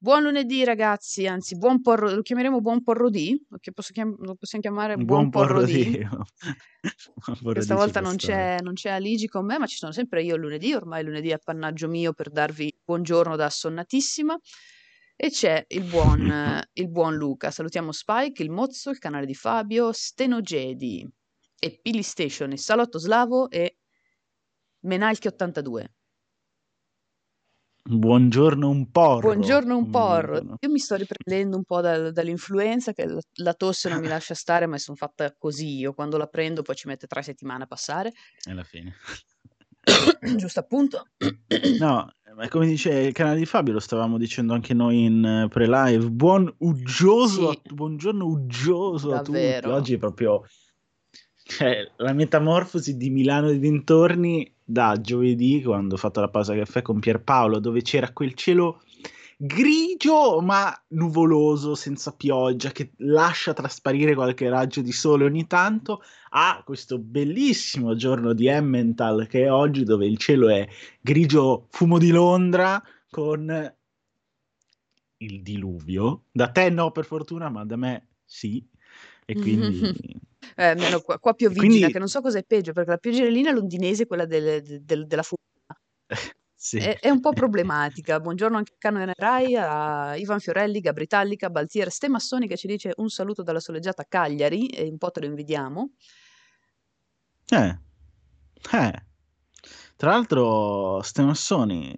Buon lunedì ragazzi, anzi lo chiameremo buon porrodì? Lo possiamo chiamare buon Buon porrodì? porrodì. Buon Questa porrodì ci volta può stare. non c'è Aligi con me, ma ci sono sempre io il lunedì, ormai lunedì è appannaggio mio per darvi buongiorno da assonnatissima. E c'è il buon Luca. Salutiamo Spike, il Mozzo, il canale di Fabio, Stenogedi e Pili Station, il Salotto Slavo e Menalchi 82. Buongiorno un porro, Buongiorno un come mi porro. dicono. Io mi sto riprendendo un po' dall'influenza, che la tosse non mi lascia stare, ma sono fatta così. Io quando la prendo poi ci mette 3 settimane a passare. Alla fine. Giusto appunto. No, ma come dice il canale di Fabio, lo stavamo dicendo anche noi in pre-live. Sì, Buongiorno uggioso a tutti. davvero. Oggi è proprio la metamorfosi di Milano e dintorni da giovedì, quando ho fatto la pausa caffè con Pierpaolo, dove c'era quel cielo grigio ma nuvoloso, senza pioggia, che lascia trasparire qualche raggio di sole ogni tanto, a questo bellissimo giorno di Emmental che è oggi, dove il cielo è grigio fumo di Londra con il diluvio. Da te no, per fortuna, ma da me sì. E quindi... Almeno qua E pioviggina, che quindi non so cosa è peggio, perché la pioggerellina londinese è quella della fuga. sì. È un po' problematica. Buongiorno anche a Canone Rai, a Ivan Fiorelli, Gabritallica, Baltier, Stemassoni che ci dice un saluto dalla soleggiata Cagliari e un po' te lo invidiamo. Eh, eh. Tra l'altro, Stemassoni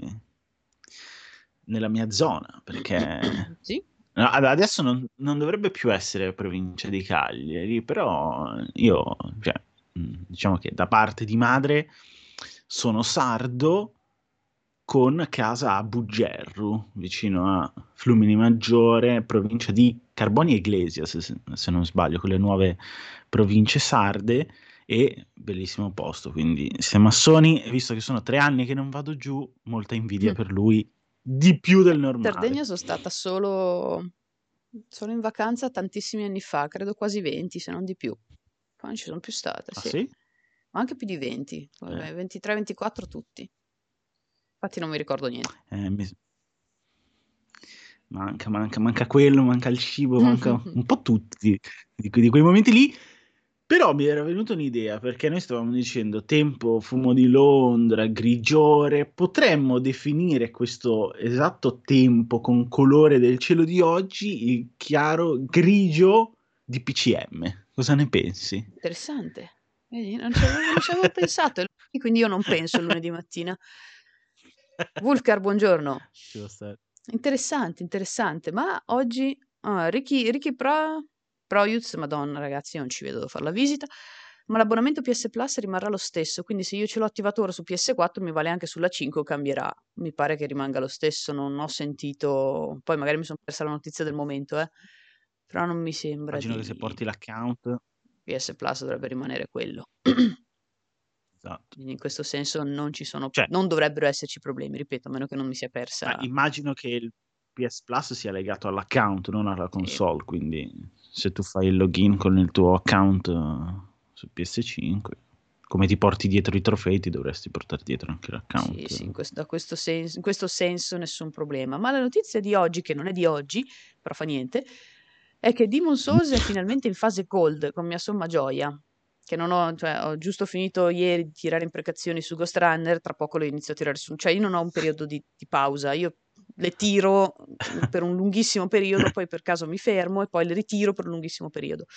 nella mia zona, perché Sì? no, adesso non dovrebbe più essere provincia di Cagliari, però io, cioè, diciamo che da parte di madre sono sardo con casa a Buggerru, vicino a Flumini Maggiore, provincia di Carboni Iglesias, se non sbaglio, con le nuove province sarde, e bellissimo posto. Quindi, se massoni, visto che sono 3 anni che non vado giù, molta invidia per lui, di più del normale. Sardegna sono stata solo in vacanza tantissimi anni fa, credo quasi 20, se non di più. Poi non ci sono più stata, Ah sì. sì? Ma anche più di 20, Eh, 23-24 tutti. Infatti non mi ricordo niente. eh, mi- manca quello, manca il cibo, manca un po' tutti di quei momenti lì. Però mi era venuta un'idea, perché noi stavamo dicendo tempo, fumo di Londra, grigiore. Potremmo definire questo esatto tempo con colore del cielo di oggi il chiaro grigio di PCM. Cosa ne pensi? Interessante. Vedi, non ci avevo pensato, e quindi io non penso il lunedì mattina. Vulcar, buongiorno. Ci può stare. Interessante, interessante. Ma oggi Ricky Projuz, Madonna ragazzi, io non ci vedo da fare la visita. Ma l'abbonamento PS Plus rimarrà lo stesso, quindi se io ce l'ho attivato ora su PS4 mi vale anche sulla 5 o cambierà. Mi pare che rimanga lo stesso, non ho sentito, poi magari mi sono persa la notizia del momento, però non mi sembra Immagino che se di porti l'account, PS Plus dovrebbe rimanere quello. esatto. Quindi in questo senso Cioè, non dovrebbero esserci problemi, ripeto, a meno che non mi sia ma persa. immagino che il PS Plus sia legato all'account, non alla Sì. console, quindi se tu fai il login con il tuo account su PS5, come ti porti dietro i trofei, ti dovresti portare dietro anche Sì, l'account. sì, in questo senso nessun problema. Ma la notizia di oggi, che non è di oggi, però fa niente, è che Demon Souls è finalmente in fase gold, con mia somma gioia. Che non ho, cioè, ho giusto finito ieri di tirare imprecazioni su Ghost Runner, tra poco le inizio a tirare su. Cioè, io non ho un periodo di pausa, io le tiro per un lunghissimo periodo, poi per caso mi fermo e poi le ritiro per un lunghissimo periodo.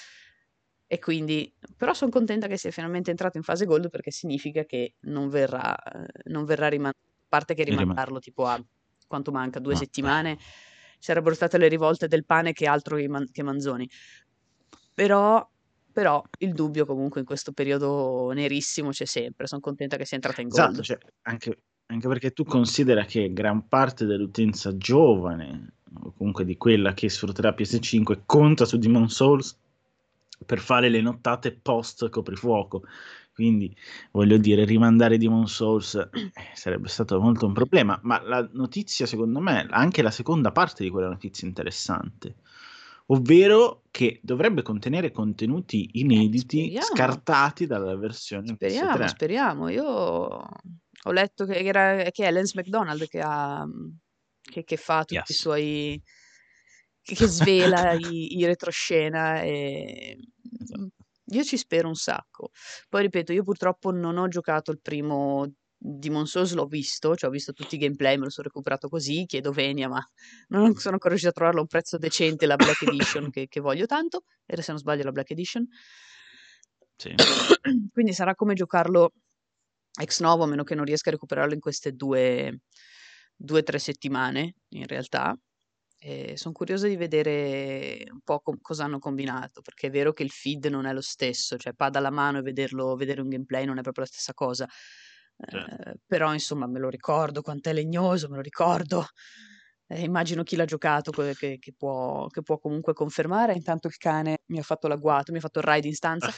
E quindi, però sono contenta che sia finalmente entrato in fase gold perché significa che non verrà rimandato, a parte che Rim- rimandarlo tipo a quanto manca, due ma- settimane, sarebbero state le rivolte del pane che altro che Manzoni. Però, però il dubbio comunque in questo periodo nerissimo c'è sempre, sono contenta che sia entrata in Esatto, gold. cioè, anche perché tu considera che gran parte dell'utenza giovane, o comunque di quella che sfrutterà PS5, conta su Demon Souls per fare le nottate post coprifuoco. Quindi voglio dire, rimandare Demon Souls sarebbe stato molto un problema. Ma la notizia, secondo me, anche la seconda parte di quella notizia è interessante, ovvero che dovrebbe contenere contenuti inediti Speriamo. scartati dalla versione Speriamo, PS3. speriamo. Io ho letto che è Lance McDonald che fa tutti i Yes. suoi che svela i retroscena, Esatto. io ci spero un sacco. Poi ripeto, io purtroppo non ho giocato il primo Demon's Souls, l'ho visto, cioè ho visto tutti i gameplay, me lo sono recuperato così, chiedo venia, ma non sono ancora riuscita a trovarlo a un prezzo decente, la Black Edition che voglio tanto, era se non sbaglio la Black Edition. Sì. Quindi sarà come giocarlo ex novo, a meno che non riesca a recuperarlo in queste 2 o 3 settimane, in realtà. Son curiosa di vedere un po' cosa hanno combinato, perché è vero che il feed non è lo stesso, cioè pad alla mano e vedere un gameplay non è proprio la stessa cosa. Certo. Però insomma me lo ricordo quant'è legnoso, me lo ricordo. Immagino chi l'ha giocato che può comunque confermare. Intanto il cane mi ha fatto l'agguato, mi ha fatto il ride in stanza.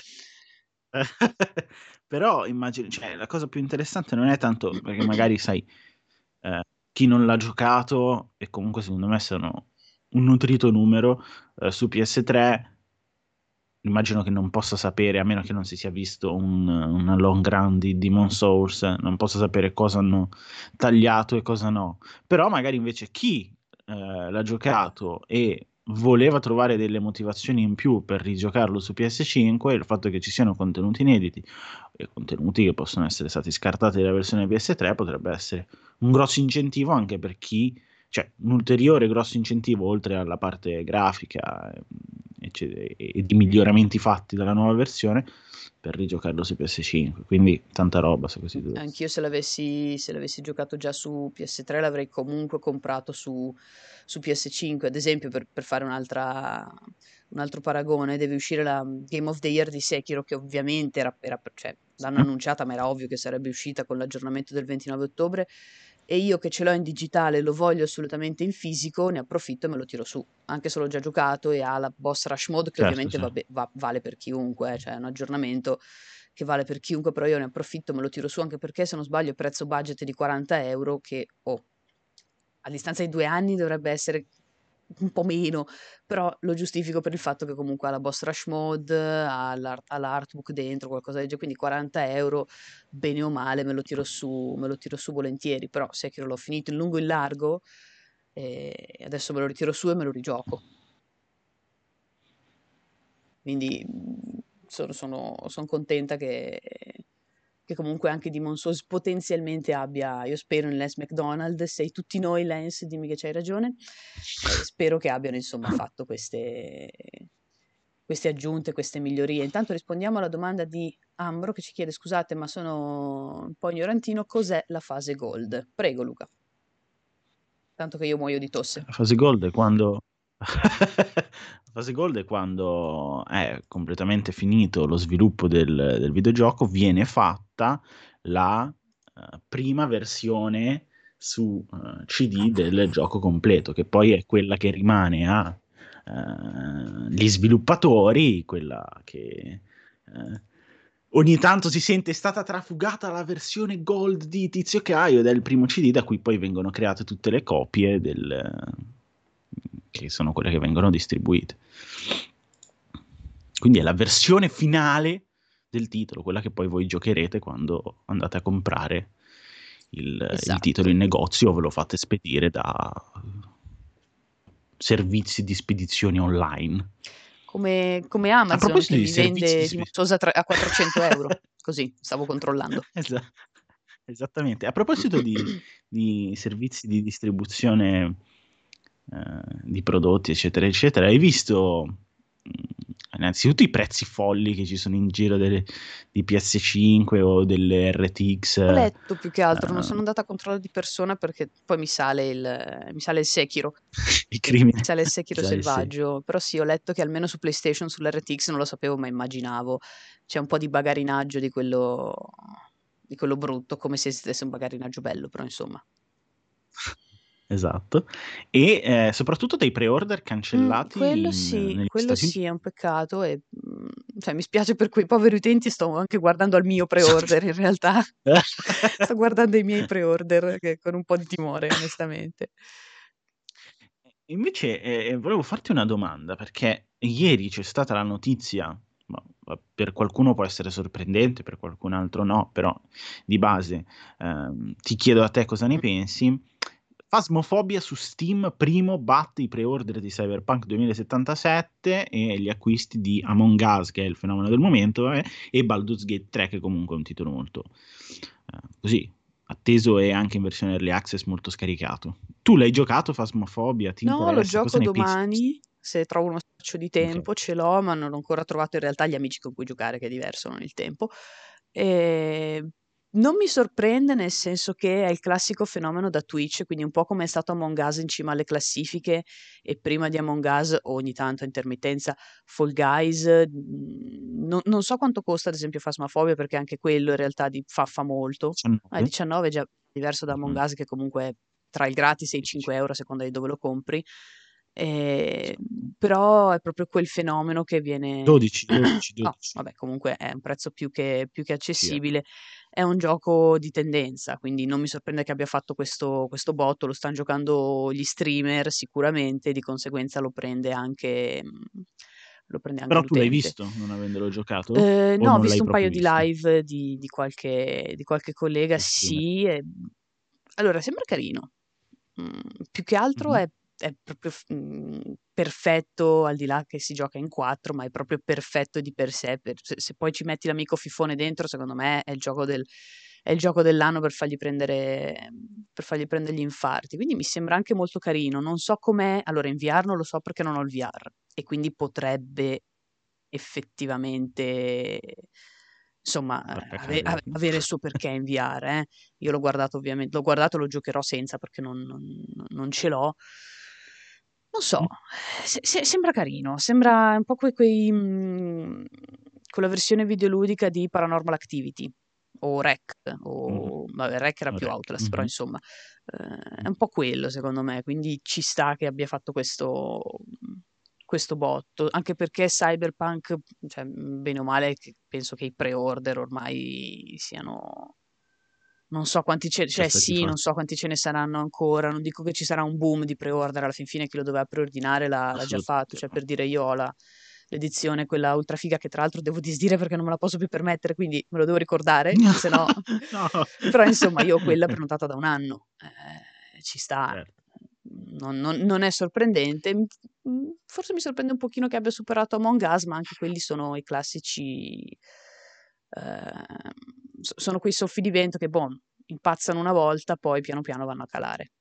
Però immagino, cioè, la cosa più interessante non è tanto perché magari sai, chi non l'ha giocato e comunque secondo me sono un nutrito numero su PS3. Immagino che non possa sapere, a meno che non si sia visto una long run di Demon's Souls, non possa sapere cosa hanno tagliato e cosa no. Però magari invece chi l'ha giocato e voleva trovare delle motivazioni in più per rigiocarlo su PS5, il fatto che ci siano contenuti inediti e contenuti che possono essere stati scartati dalla versione PS3 potrebbe essere un grosso incentivo anche per chi, cioè un ulteriore grosso incentivo oltre alla parte grafica e di miglioramenti fatti dalla nuova versione per rigiocarlo su PS5. Quindi tanta roba su questi due. Anch'io se l'avessi giocato già su PS3 l'avrei comunque comprato su PS5. Ad esempio, per fare un altro paragone, deve uscire la Game of the Year di Sekiro, che ovviamente cioè, l'hanno annunciata, ma era ovvio che sarebbe uscita con l'aggiornamento del 29 ottobre. E io che ce l'ho in digitale, lo voglio assolutamente in fisico, ne approfitto e me lo tiro su. Anche se l'ho già giocato e ha la boss rush mode, che Certo, ovviamente sì. vale per chiunque, cioè è un aggiornamento che vale per chiunque, però io ne approfitto, me lo tiro su anche perché se non sbaglio il prezzo budget è di 40 euro, che a distanza di 2 anni dovrebbe essere un po' meno, però lo giustifico per il fatto che comunque ha la boss rush mode, ha l'artbook dentro, qualcosa del genere, quindi 40 euro, bene o male, me lo tiro su volentieri, però Sekiro l'ho finito in lungo e in largo e adesso me lo ritiro su e me lo rigioco. Quindi son contenta che comunque anche Demon's Souls potenzialmente abbia, io spero in Lance McDonald, sei tutti noi Lance, dimmi che c'hai ragione, spero che abbiano insomma fatto queste aggiunte, queste migliorie. Intanto rispondiamo alla domanda di Ambro che ci chiede, scusate ma sono un po' ignorantino, cos'è la fase gold? Prego Luca, tanto che io muoio di tosse. La fase gold è quando la fase gold è quando è completamente finito lo sviluppo del videogioco, viene fatta la prima versione su CD del gioco completo, che poi è quella che rimane a gli sviluppatori, quella che ogni tanto si sente è stata trafugata la versione gold di Tizio Caio ed è il primo CD da cui poi vengono create tutte le copie che sono quelle che vengono distribuite. Quindi è la versione finale del titolo, quella che poi voi giocherete quando andate a comprare il titolo Esatto. in negozio o ve lo fate spedire da servizi di spedizione online. Come A Amazon proposito che di mi servizi di vende Demon's spedizione, Souls a 400 euro. Così, stavo controllando. Esa- esattamente. A proposito di servizi di distribuzione di prodotti, eccetera, eccetera, hai visto innanzitutto i prezzi folli che ci sono in giro di PS5 o delle RTX? Ho letto più che altro, non sono andata a controllare di persona perché poi mi sale il Sekiro. I Mi crimini. sale il Sekiro Sai, sì. selvaggio, però sì, ho letto che almeno su PlayStation, sull'RTX non lo sapevo, ma immaginavo. C'è un po' di bagarinaggio di quello brutto, come se esistesse un bagarinaggio bello, però insomma. Esatto. E soprattutto dei pre-order cancellati negli Quello Stati sì, Uniti. è un peccato e cioè, mi spiace per quei poveri utenti, sto anche guardando al mio Esatto. pre-order in realtà. Sto guardando i miei pre-order con un po' di timore, onestamente. Invece volevo farti una domanda, perché ieri c'è stata la notizia, per qualcuno può essere sorprendente, per qualcun altro no, però di base ti chiedo a te cosa ne pensi. Phasmophobia su Steam primo batte i pre-order di Cyberpunk 2077 e gli acquisti di Among Us, che è il fenomeno del momento, e Baldur's Gate 3, che comunque è un titolo molto così atteso e anche in versione early access molto scaricato. Tu l'hai giocato Phasmophobia? Ti No, lo interessa? Cosa gioco ne pensi? domani, se trovo uno spazio di Ok. tempo, ce l'ho, ma non ho ancora trovato in realtà gli amici con cui giocare, che è diverso, non il tempo. E non mi sorprende nel senso che è il classico fenomeno da Twitch, quindi un po' come è stato Among Us in cima alle classifiche e prima di Among Us ogni tanto a intermittenza Fall Guys. Non so quanto costa ad esempio Phasmophobia perché anche quello in realtà fa molto. 19? 19 è già diverso da Among Mhm. Us che comunque è tra il gratis e i 12. 5 euro a seconda di dove lo compri. Ehm, Esatto. però è proprio quel fenomeno che viene 12, 12, no, 12. vabbè comunque è un prezzo più che Sì, accessibile. È un gioco di tendenza, quindi non mi sorprende che abbia fatto questo botto, lo stan giocando gli streamer sicuramente, di conseguenza lo prende anche Però tu l'hai l'utente. visto, non avendolo giocato? O No, ho non l'hai visto un paio proprio di visto? live di qualche collega, Di streamer. sì, allora sembra carino. Più che altro Mhm. è proprio perfetto, al di là che si gioca in 4, ma è proprio perfetto di per sé. Se poi ci metti l'amico fifone dentro, secondo me è il gioco dell'anno per fargli prendere gli infarti. Quindi mi sembra anche molto carino. Non so com'è. Allora, in VR non lo so perché non ho il VR e quindi potrebbe effettivamente, insomma, Far cacare. avere il suo perché in VR, eh. Io l'ho guardato ovviamente, l'ho guardato, lo giocherò senza perché non ce l'ho. Non so, sembra carino, sembra un po' quella versione videoludica di Paranormal Activity o REC, Mhm. o vabbè, REC era più Rec. Outlast, però Mhm. insomma, è un po' quello secondo me, quindi ci sta che abbia fatto questo botto, anche perché Cyberpunk, cioè, bene o male, penso che i pre-order ormai siano, non so quanti Già cioè stati sì, non fatti. so quanti ce ne saranno ancora, non dico che ci sarà un boom di pre-order, alla fin fine chi lo doveva preordinare l'ha già fatto, Assolutamente cioè no. per dire io ho l'edizione quella ultra figa che tra l'altro devo disdire perché non me la posso più permettere, quindi me lo devo ricordare, se no No. però insomma io ho quella prenotata da un anno, ci sta, Certo. non è sorprendente, forse mi sorprende un pochino che abbia superato Among Us, ma anche quelli sono i classici, sono quei soffi di vento che, boh, impazzano una volta, poi piano piano vanno a calare.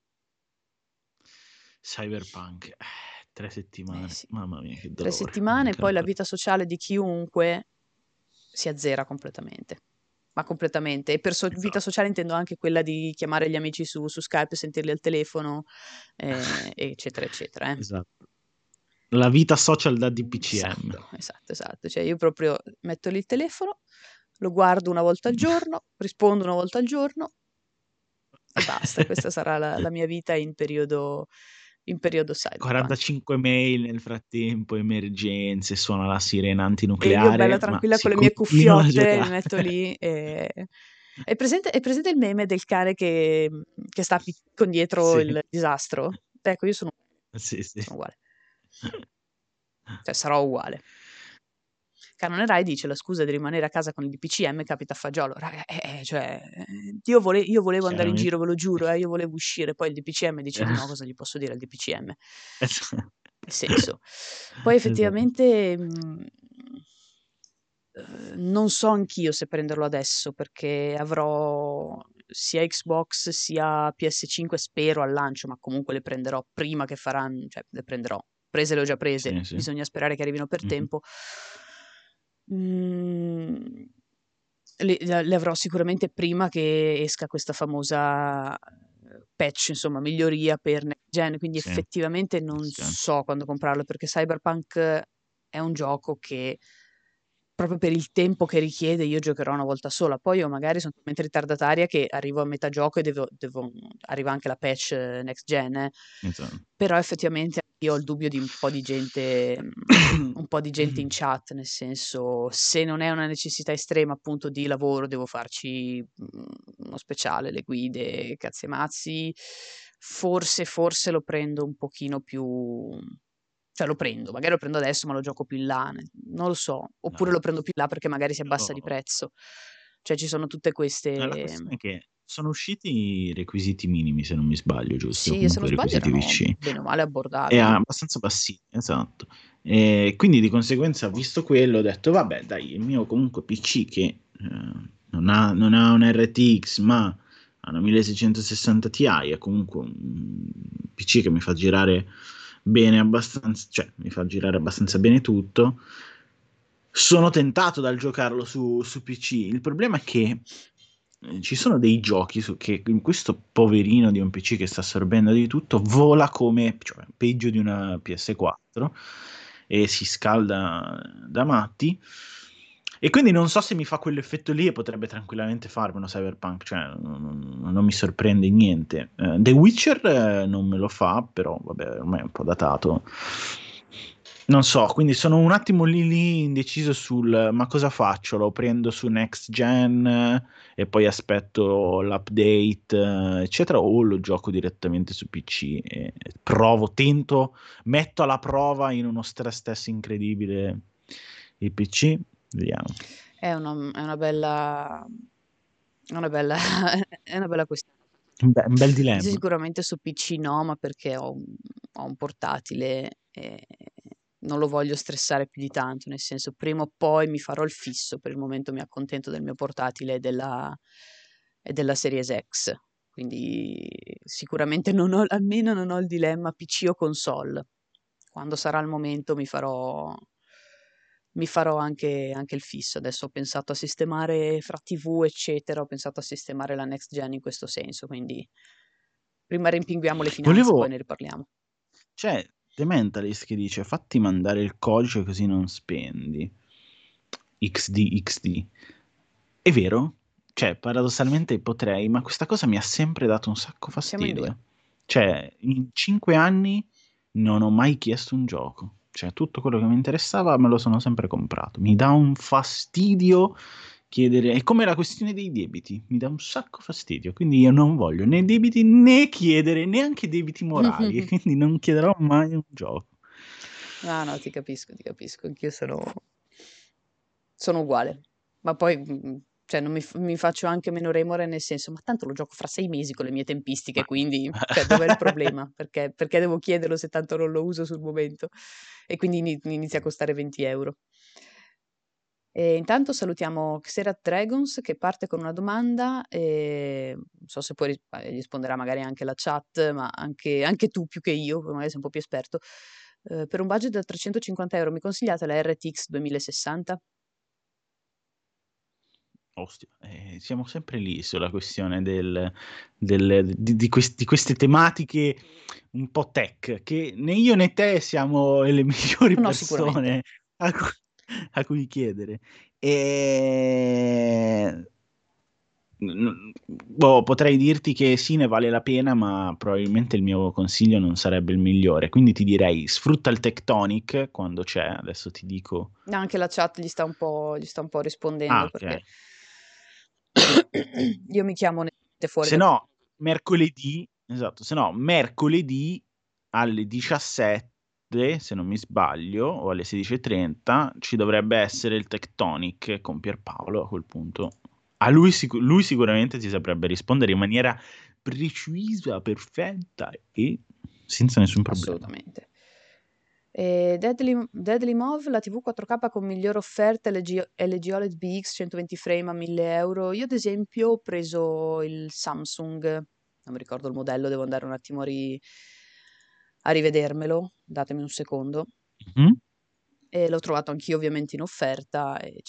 Cyberpunk. 3 settimane. Sì. Mamma mia, che Tre dolore. settimane, Manca poi la ancora. vita sociale di chiunque si azzera completamente. Ma completamente. E per vita Esatto. sociale intendo anche quella di chiamare gli amici su Skype, sentirli al telefono, eccetera, eccetera. Esatto. La vita social da DPCM. Esatto, esatto, esatto. Cioè io proprio metto lì il telefono, lo guardo una volta al giorno, rispondo una volta al giorno e basta. Questa sarà la mia vita in periodo cyberpunk. 45 mail nel frattempo, emergenze, suona la sirena E io bella antinucleare, ma tranquilla con si le mie continua a cuffiotte, mi giocare. metto lì e hai presente il meme del cane che sta con dietro Sì, il disastro? Ecco, io sì, sì. sono uguale, cioè sarò uguale. Canone Rai dice: "La scusa di rimanere a casa con il DPCM capita a fagiolo". Raga, cioè, io volevo andare in Chiaramente. giro, ve lo giuro, io volevo uscire, poi il DPCM dice di no, cosa gli posso dire al DPCM? Nel senso. Poi Esatto. effettivamente, non so anch'io se prenderlo adesso, perché avrò sia Xbox sia PS5 spero al lancio, ma comunque le prenderò prima che cioè le prenderò. Prese le ho già prese, Sì, sì. bisogna sperare che arrivino per Mh-mh. tempo. Mhmm, le avrò sicuramente prima che esca questa famosa, patch, insomma miglioria per next gen, quindi Sì, effettivamente non next gen. so quando comprarlo, perché Cyberpunk è un gioco che proprio per il tempo che richiede io giocherò una volta sola. Poi io magari son talmente ritardataria che arrivo a metà gioco e arriva anche la patch next gen, Esatto. però effettivamente io ho il dubbio di un po' di gente in chat, nel senso, se non è una necessità estrema appunto di lavoro, devo farci, uno speciale, le guide, cazzi e mazzi, forse lo prendo un pochino più, cioè magari lo prendo adesso, ma lo gioco più in là, non lo so, oppure No, lo prendo più in là perché magari si abbassa di io prezzo. Cioè ci sono tutte la queste questione è che sono usciti i requisiti minimi, se non mi sbaglio, giusto? Sì, e se non Comunque i sbaglio requisiti erano PC. bene o male È abbordabili. abbastanza bassi, esatto. E quindi di conseguenza, visto quello, ho detto, vabbè, dai, il mio comunque PC che non ha un RTX, ma ha una 1660 Ti, è comunque un PC che mi fa girare bene abbastanza, cioè mi fa girare abbastanza bene tutto. Sono tentato dal giocarlo su PC. Il problema è che ci sono dei giochi che in questo poverino di un PC che sta assorbendo di tutto vola come, cioè, peggio di una PS4 e si scalda da matti. E quindi non so se mi fa quell'effetto lì e potrebbe tranquillamente farmelo Cyberpunk, cioè non mi sorprende niente. The Witcher non me lo fa, però vabbè, ormai è un po' datato. Non so, quindi sono un attimo lì indeciso sul ma cosa faccio? Lo prendo su next gen e poi aspetto l'update, eccetera, o lo gioco direttamente su PC e provo, tento, metto alla prova in uno stress test incredibile il PC. Vediamo. È una bella, è una bella questione. Un bel Io dilemma. sicuramente su PC no, ma perché ho un portatile e non lo voglio stressare più di tanto, nel senso prima o poi mi farò il fisso, per il momento mi accontento del mio portatile e della Series X, quindi sicuramente almeno non ho il dilemma PC o console. Quando sarà il momento mi farò anche il fisso. Adesso ho pensato a sistemare fra TV, eccetera, ho pensato a sistemare la next gen in questo senso, quindi prima rimpinguiamo le finanze, poi Volevo, ne riparliamo. c'è The Mentalist che dice fatti mandare il codice così non spendi. XD, XD. È vero? Cioè, paradossalmente potrei, ma questa cosa mi ha sempre dato un sacco Siamo in due. fastidio. Cioè, in 5 anni non ho mai chiesto un gioco. Cioè, tutto quello che mi interessava me lo sono sempre comprato. Mi dà un fastidio chiedere. È come la questione dei debiti, mi dà un sacco fastidio. Quindi io non voglio né debiti né chiedere neanche debiti morali. E quindi non chiederò mai un gioco. No, no, ti capisco, anch'io sono uguale. Ma poi, cioè, non mi faccio anche meno remore nel senso, ma tanto lo gioco fra 6 mesi con le mie tempistiche, Ma... quindi, cioè, dov'è il problema? Perché devo chiederlo se tanto non lo uso sul momento? E quindi inizia a costare 20 euro. E intanto salutiamo Xerath Dragons che parte con una domanda, e non so se poi risponderà magari anche la chat, ma anche tu più che io, magari sei un po' più esperto. Per un budget da 350 euro mi consigliate la RTX 2060? Ostia, siamo sempre lì sulla questione di queste tematiche un po' tech, che né io né te siamo le migliori No, sicuramente. persone a cui chiedere. E... potrei dirti che sì, ne vale la pena, ma probabilmente il mio consiglio non sarebbe il migliore. Quindi ti direi sfrutta il Tectonic quando c'è, adesso ti dico. Anche la chat gli sta un po' Ah, rispondendo perché ok. io mi chiamo nettamente fuori Se da. no, mercoledì, esatto, se no, mercoledì alle 17, se non mi sbaglio, o alle 16:30, ci dovrebbe essere il Tectonic con Pierpaolo a quel punto. A lui sicuramente ti saprebbe rispondere in maniera precisa, perfetta e senza nessun problema. Assolutamente. Deadly Move, la TV 4K con migliore offerta LG OLED BX 120 frame a 1000 euro. Io ad esempio ho preso il Samsung, non mi ricordo il modello, devo andare un attimo a rivedermelo, datemi un secondo. Mhm. E l'ho trovato anch'io ovviamente in offerta e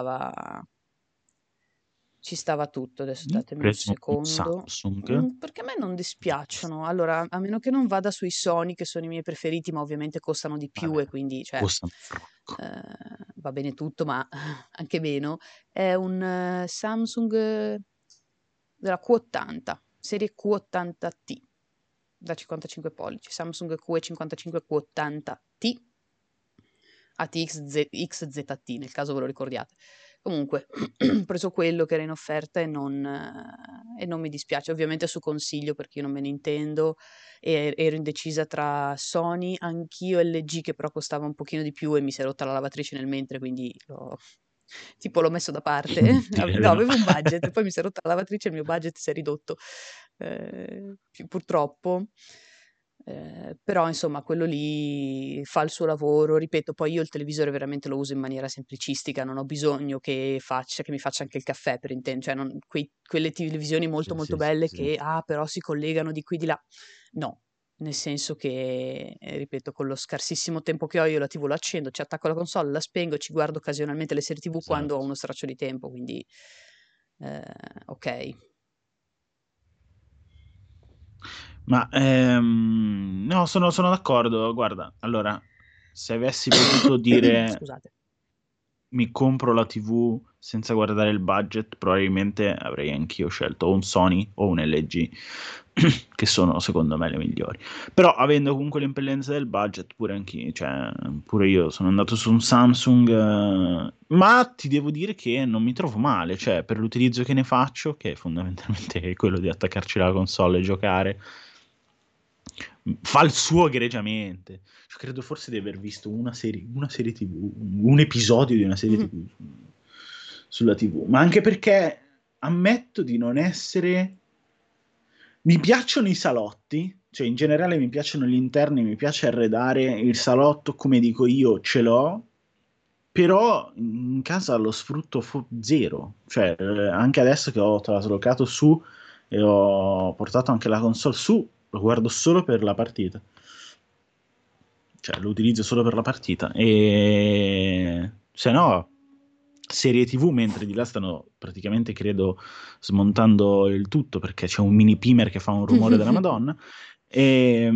ci stava tutto. Adesso Io ho datemi un preso un secondo. Samsung. Perché a me non dispiacciono. Allora, a meno che non vada sui Sony, che sono i miei preferiti, ma ovviamente costano di più Vabbè, e quindi, cioè, costa un fracco. va bene tutto, ma anche meno. È un Samsung della Q80, serie Q80T, da 55 pollici. Samsung QE55 Q80T. ATX XZT, nel caso ve lo ricordiate. Comunque, ho preso quello che era in offerta e non mi dispiace, ovviamente su consiglio perché io non me ne intendo e ero indecisa tra Sony, anch'io LG che però costava un pochino di più e mi si è rotta la lavatrice nel mentre, quindi tipo l'ho messo da parte. Direi No, no. avevo un budget, poi mi si è rotta la lavatrice e il mio budget si è ridotto, purtroppo. Però insomma quello lì fa il suo lavoro, ripeto, poi io il televisore veramente lo uso in maniera semplicistica, non ho bisogno che mi faccia anche il caffè per cioè quelle televisioni molto Sì, molto sì, sì, belle sì. che però si collegano di qui di là. No, nel senso che, ripeto, con lo scarsissimo tempo che ho io la TV la accendo, ci attacco la console, la spengo, ci guardo occasionalmente le serie TV quando ho Esatto. uno straccio di tempo, quindi ok. Ma no, sono d'accordo. Guarda, allora, se avessi potuto dire Scusate. mi compro la TV senza guardare il budget, probabilmente avrei anch'io scelto o un Sony o un LG, che sono secondo me le migliori. Però avendo comunque l'impellenza del budget, pure anch'io, cioè, pure io sono andato su un Samsung, ma ti devo dire che non mi trovo male, cioè, per l'utilizzo che ne faccio, che fondamentalmente è quello di attaccarci la console e giocare, fa il suo egregiamente. Io credo forse di aver visto una serie TV, un episodio di una serie Mhm. TV sulla TV, ma anche perché ammetto di non essere. Mi piacciono i salotti, cioè in generale mi piacciono gli interni, mi piace arredare il salotto come dico io, ce l'ho, però in casa lo sfrutto zero, cioè anche adesso che ho traslocato su e ho portato anche la console su, lo guardo solo per la partita, cioè lo utilizzo solo per la partita e se no serie TV mentre di là stanno praticamente credo smontando il tutto perché c'è un mini pimer che fa un rumore della Madonna e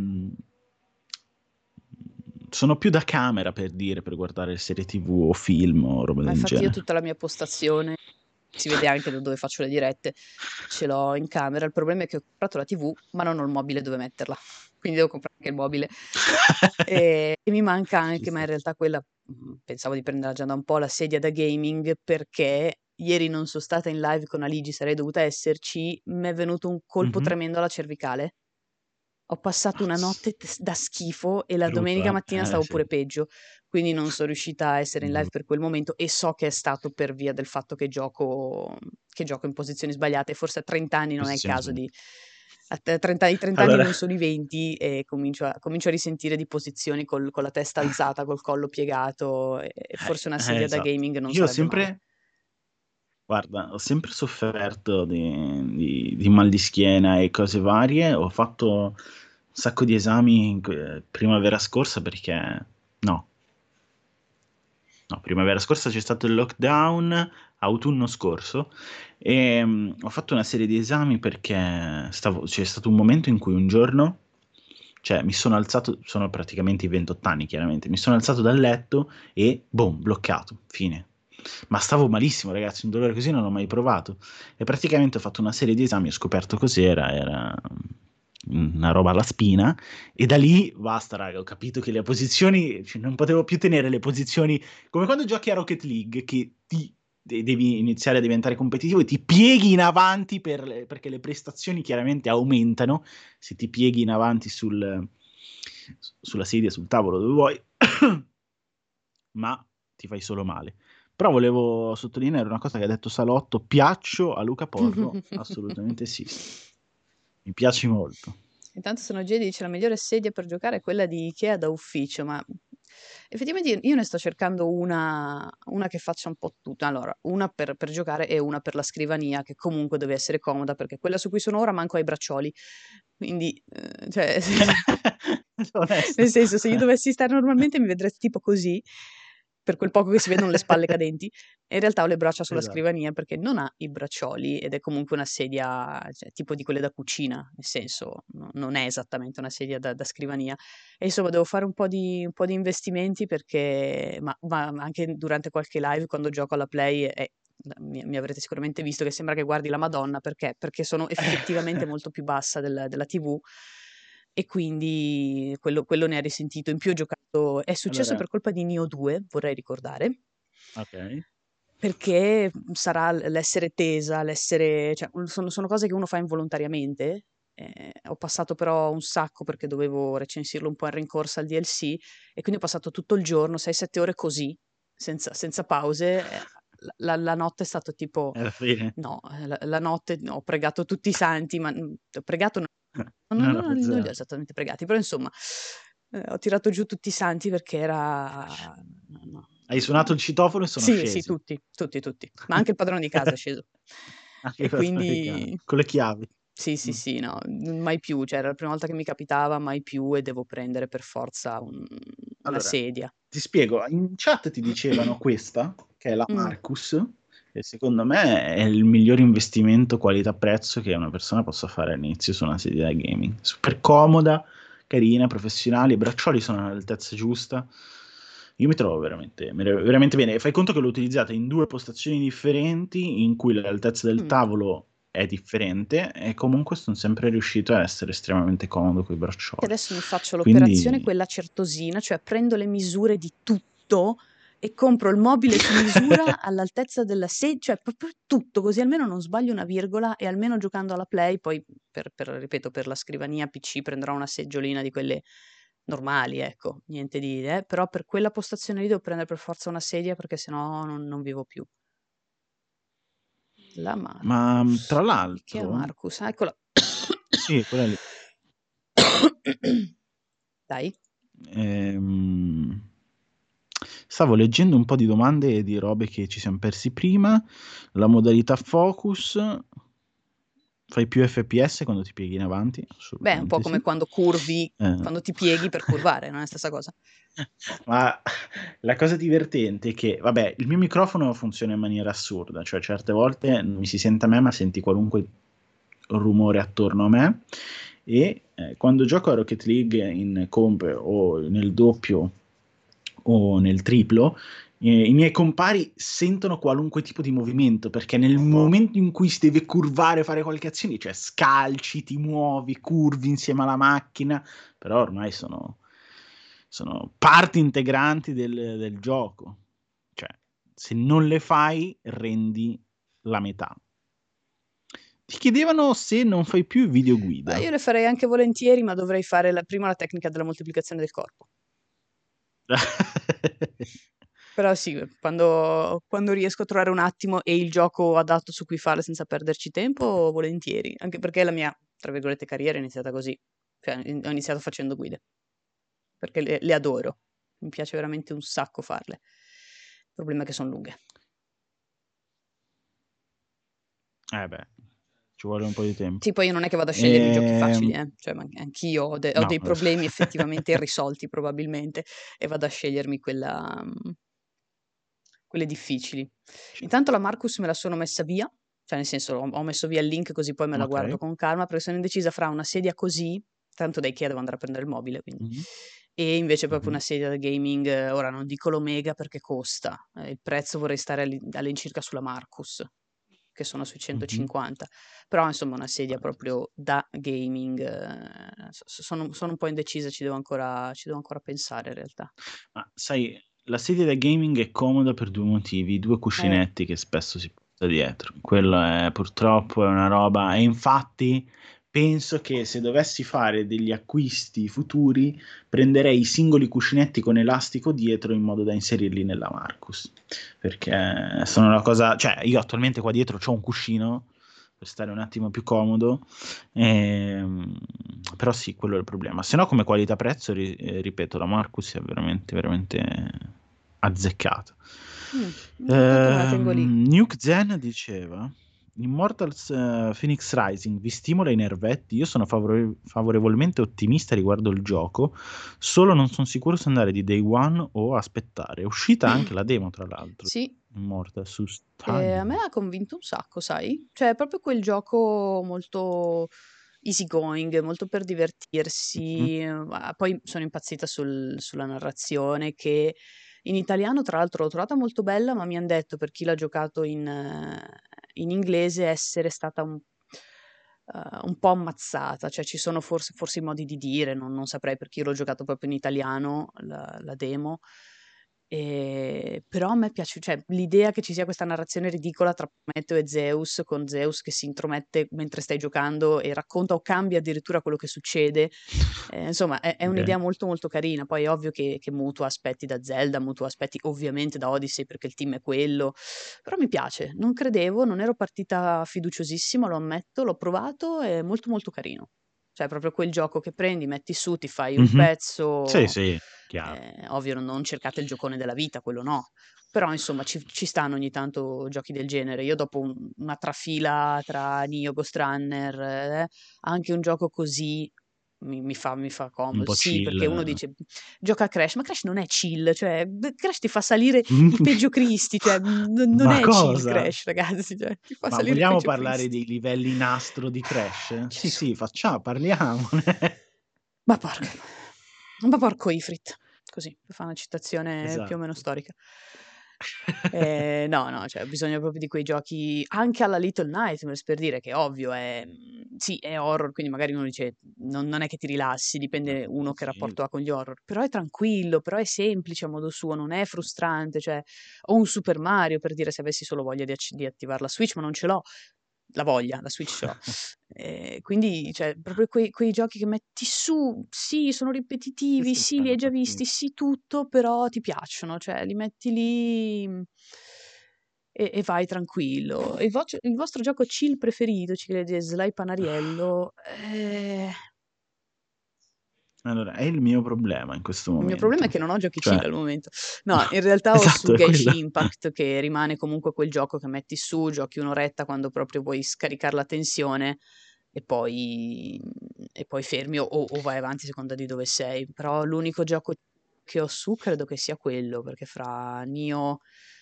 sono più da camera per dire per guardare serie TV o film o roba Ma del infatti io genere. tutta la mia postazione, si vede anche da dove faccio le dirette, ce l'ho in camera. Il problema è che ho comprato la TV, ma non ho il mobile dove metterla. Quindi devo comprare anche il mobile. E mi manca Ci anche, ma in sta. realtà quella pensavo di prenderla già da un po', la sedia da gaming, perché ieri non sono stata in live con Aligi, sarei dovuta esserci, mi è venuto un colpo Mhm. tremendo alla cervicale. Ho passato una notte da schifo e la Brutto, domenica eh? mattina stavo Sì. pure peggio, quindi non sono riuscita a essere in live Brutto. per quel momento e so che è stato per via del fatto che gioco in posizioni sbagliate. Forse a 30 anni non è il Posizione caso sbagliata. di... I 30 anni Allora, non sono i 20 e comincio a risentire di posizioni con la testa alzata, col collo piegato e forse una sedia da esatto. gaming non Io ho sarebbe male. sempre, guarda, ho sempre sofferto di mal di schiena e cose varie. Ho fatto un sacco di esami primavera scorsa perché no, no, primavera scorsa c'è stato il lockdown, autunno scorso, e ho fatto una serie di esami perché c'è stato un momento in cui un giorno, cioè mi sono alzato, sono praticamente i 28 anni chiaramente, mi sono alzato dal letto e boom, bloccato, fine. Ma stavo malissimo, ragazzi, un dolore così non l'ho mai provato. E praticamente ho fatto una serie di esami, ho scoperto cos'era, era una roba alla spina, e da lì basta, raga, ho capito che le posizioni, cioè, non potevo più tenere le posizioni come quando giochi a Rocket League, che devi iniziare a diventare competitivo e ti pieghi in avanti perché le prestazioni chiaramente aumentano se ti pieghi in avanti sulla sedia, sul tavolo dove vuoi, ma ti fai solo male. Però volevo sottolineare una cosa che ha detto Salotto, piaccio a Luca Porro, assolutamente sì. Mi piaci molto. Intanto sono Jay dice la migliore sedia per giocare è quella di Ikea da ufficio, ma effettivamente io ne sto cercando una che faccia un po' tutto. Allora, una per giocare e una per la scrivania, che comunque deve essere comoda, perché quella su cui sono ora manco ai braccioli. Quindi, cioè, Onesto. nel senso, se io dovessi stare normalmente mi vedresti tipo così, per quel poco che si vedono le spalle cadenti. E in realtà ho le braccia sulla Esatto. scrivania perché non ha i braccioli ed è comunque una sedia, cioè, tipo di quelle da cucina, nel senso, non è esattamente una sedia da scrivania. E insomma, devo fare un po' di investimenti perché, ma anche durante qualche live, quando gioco alla Play, mi avrete sicuramente visto che sembra che guardi la Madonna perché sono effettivamente molto più bassa della TV e quindi quello ne ha risentito. In più ho giocato, è successo Allora, per colpa di Nioh 2, vorrei ricordare, ok. perché sarà l'essere tesa, cioè sono cose che uno fa involontariamente. Ho passato però un sacco perché dovevo recensirlo un po' in rincorsa al DLC e quindi ho passato tutto il giorno, 6-7 ore così, senza pause. La notte è stato tipo, Alla fine. no, la notte ho pregato tutti i santi, ma ho pregato, No, no, non li ho esatto. esattamente pregati, però insomma, ho tirato giù tutti i santi perché era... no, Hai suonato il citofono e sono sì, sì, scesi. tutti, tutti, tutti, ma anche il padrone di casa è sceso. Anche E quindi con le chiavi. sì, sì, sì, no, mai più, cioè era la prima volta che mi capitava, mai più, e devo prendere per forza una Allora, sedia. ti spiego, in chat ti dicevano questa, che è la Mm, Marcus, e secondo me è il miglior investimento qualità-prezzo che una persona possa fare all'inizio su una sedia da gaming. Super comoda, carina, professionale, i braccioli sono all'altezza giusta. Io mi trovo veramente bene. Fai conto che l'ho utilizzata in due postazioni differenti, in cui l'altezza del mm. tavolo è differente, e comunque sono sempre riuscito a essere estremamente comodo con i Che braccioli. adesso mi faccio l'operazione Quindi quella certosina, cioè prendo le misure di tutto e compro il mobile su misura all'altezza della sedia, cioè proprio tutto, così almeno non sbaglio una virgola e almeno giocando alla Play, poi ripeto, per la scrivania PC prenderò una seggiolina di quelle normali, ecco, niente di, però per quella postazione lì devo prendere per forza una sedia perché sennò non vivo più. La Ma tra Marcus, Ikea l'altro, Marcus, eccola. sì, quella lì. Dai. Ehm, Stavo leggendo un po' di domande e di robe che ci siamo persi prima. La modalità focus. Fai più FPS quando ti pieghi in avanti? Beh, è un po' Assolutamente come sì. quando curvi, Eh, quando ti pieghi per curvare, non è la stessa cosa? Ma la cosa divertente è che, vabbè, il mio microfono funziona in maniera assurda, cioè certe volte non mi si sente a me, ma senti qualunque rumore attorno a me. E quando gioco a Rocket League in comp o nel doppio o nel triplo, i miei compari sentono qualunque tipo di movimento, perché nel momento in cui si deve curvare, fare qualche azione, cioè scalci, ti muovi, curvi insieme alla macchina, però ormai sono parti integranti del gioco. Cioè, se non le fai, rendi la metà. Ti chiedevano se non fai più Beh, videoguida. io le farei anche volentieri, ma dovrei fare prima la tecnica della moltiplicazione del corpo. Però sì, quando riesco a trovare un attimo e il gioco adatto su cui farle senza perderci tempo, volentieri. Anche perché la mia, tra virgolette, carriera è iniziata così. Cioè, ho iniziato facendo guide, perché le adoro. Mi piace veramente un sacco farle. Il problema è che sono lunghe. Beh, ci vuole un po' di tempo. Sì, poi io non è che vado a scegliermi i giochi facili, Ehm, cioè, ma anch'io ho no, dei problemi effettivamente irrisolti probabilmente e vado a scegliermi quelle difficili. Intanto la Marcus me la sono messa via, cioè nel senso ho messo via il link così poi me la guardo ok. con calma perché sono indecisa fra una sedia così, tanto da Ikea devo andare a prendere il mobile, quindi, Mhm, e invece proprio una mhm, sedia da gaming, ora non dico l'Omega perché costa, il prezzo vorrei stare all'incirca sulla Marcus, che sono sui mhm. 150, però insomma una sedia Guarda, proprio da gaming, sono un po' indecisa, ci devo ancora pensare in realtà. ma sai, la sedia da gaming è comoda per due motivi, due Eh, cuscinetti che spesso si porta dietro. Quello è purtroppo è una roba, e infatti penso che se dovessi fare degli acquisti futuri, prenderei i singoli cuscinetti con elastico dietro in modo da inserirli nella Marcus, perché sono una cosa, cioè io attualmente qua dietro c'ho un cuscino per stare un attimo più comodo. Però sì, quello è il problema. Se no, come qualità-prezzo, ripeto, la Marcus è veramente, veramente azzeccata. Tanto me la tengo lì. Nuke Zen diceva: Immortals Phoenix Rising vi stimola i nervetti. Io sono favorevolmente ottimista riguardo il gioco, solo non sono sicuro se andare di day one o aspettare. È uscita anche la demo, tra l'altro. Sì, Immortal su a me Steam. ha convinto un sacco, sai? Cioè, è proprio quel gioco molto easy going, molto per Mhm, divertirsi. Ma poi sono impazzita sulla narrazione che in italiano, tra l'altro, l'ho trovata molto bella, ma mi hanno detto, per chi l'ha giocato in inglese, essere stata un po' ammazzata. Cioè, ci sono forse i modi di dire, non saprei perché io l'ho giocato proprio in italiano, la demo. Però a me piace, cioè l'idea che ci sia questa narrazione ridicola tra Prometeo e Zeus, con Zeus che si intromette mentre stai giocando e racconta o cambia addirittura quello che succede. Insomma, è Ok. un'idea molto molto carina. Poi è ovvio che mutua aspetti da Zelda, mutua aspetti ovviamente da Odyssey perché il team è quello. Però mi piace, non credevo, non ero partita fiduciosissima, lo ammetto, l'ho provato, è molto molto carino. Cioè, proprio quel gioco che prendi, metti su, ti fai un Mhm. Sì, pezzo. sì, chiaro. Ovvio, non cercate il giocone della vita, quello no. Però, insomma, ci stanno ogni tanto giochi del genere. Io dopo una trafila tra Nioh, Ghost Runner, anche un gioco così mi fa Un comodo. po' Sì, chill. perché uno dice, gioca a Crash, ma Crash non è chill, cioè, Crash ti fa salire i peggio cristi, cioè, non Ma è chill cosa? Crash, ragazzi, cioè, ti fa Ma salire i vogliamo peggio parlare cristi. dei livelli nastro di Crash? Sì, Gesù. sì, facciamo, parliamone. Ma porca, ma porco Ifrit, così, per fare una citazione più o meno Esatto. storica. No, no, cioè ho bisogno proprio di quei giochi anche alla Little Nightmares, per dire che ovvio è sì, è horror, quindi magari uno dice non è che ti rilassi, dipende uno che Sì. rapporto ha con gli horror, però è tranquillo, però è semplice a modo suo, non è frustrante, cioè o un Super Mario, per dire, se avessi solo voglia di attivar la Switch, ma non ce l'ho la voglia, la Switch ce l'ho. Quindi, cioè, proprio quei giochi che metti su, sì, sono Sì, ripetitivi, sì, sì, li stanno hai già fatti. visti, sì, tutto, però ti piacciono, cioè, li metti lì e vai tranquillo. Il vostro gioco chill preferito, ci chiede Sly Panariello, Allora, è il mio problema in questo il mio problema è momento. che non ho giochi Cioè, chill al momento. No, in realtà ho esatto, su è quello. Genshin Impact, che rimane comunque quel gioco che metti su, giochi un'oretta quando proprio vuoi scaricare la tensione e poi, e poi fermi o vai avanti a seconda di dove sei. Però l'unico gioco che ho su credo che sia quello, perché fra Nioh,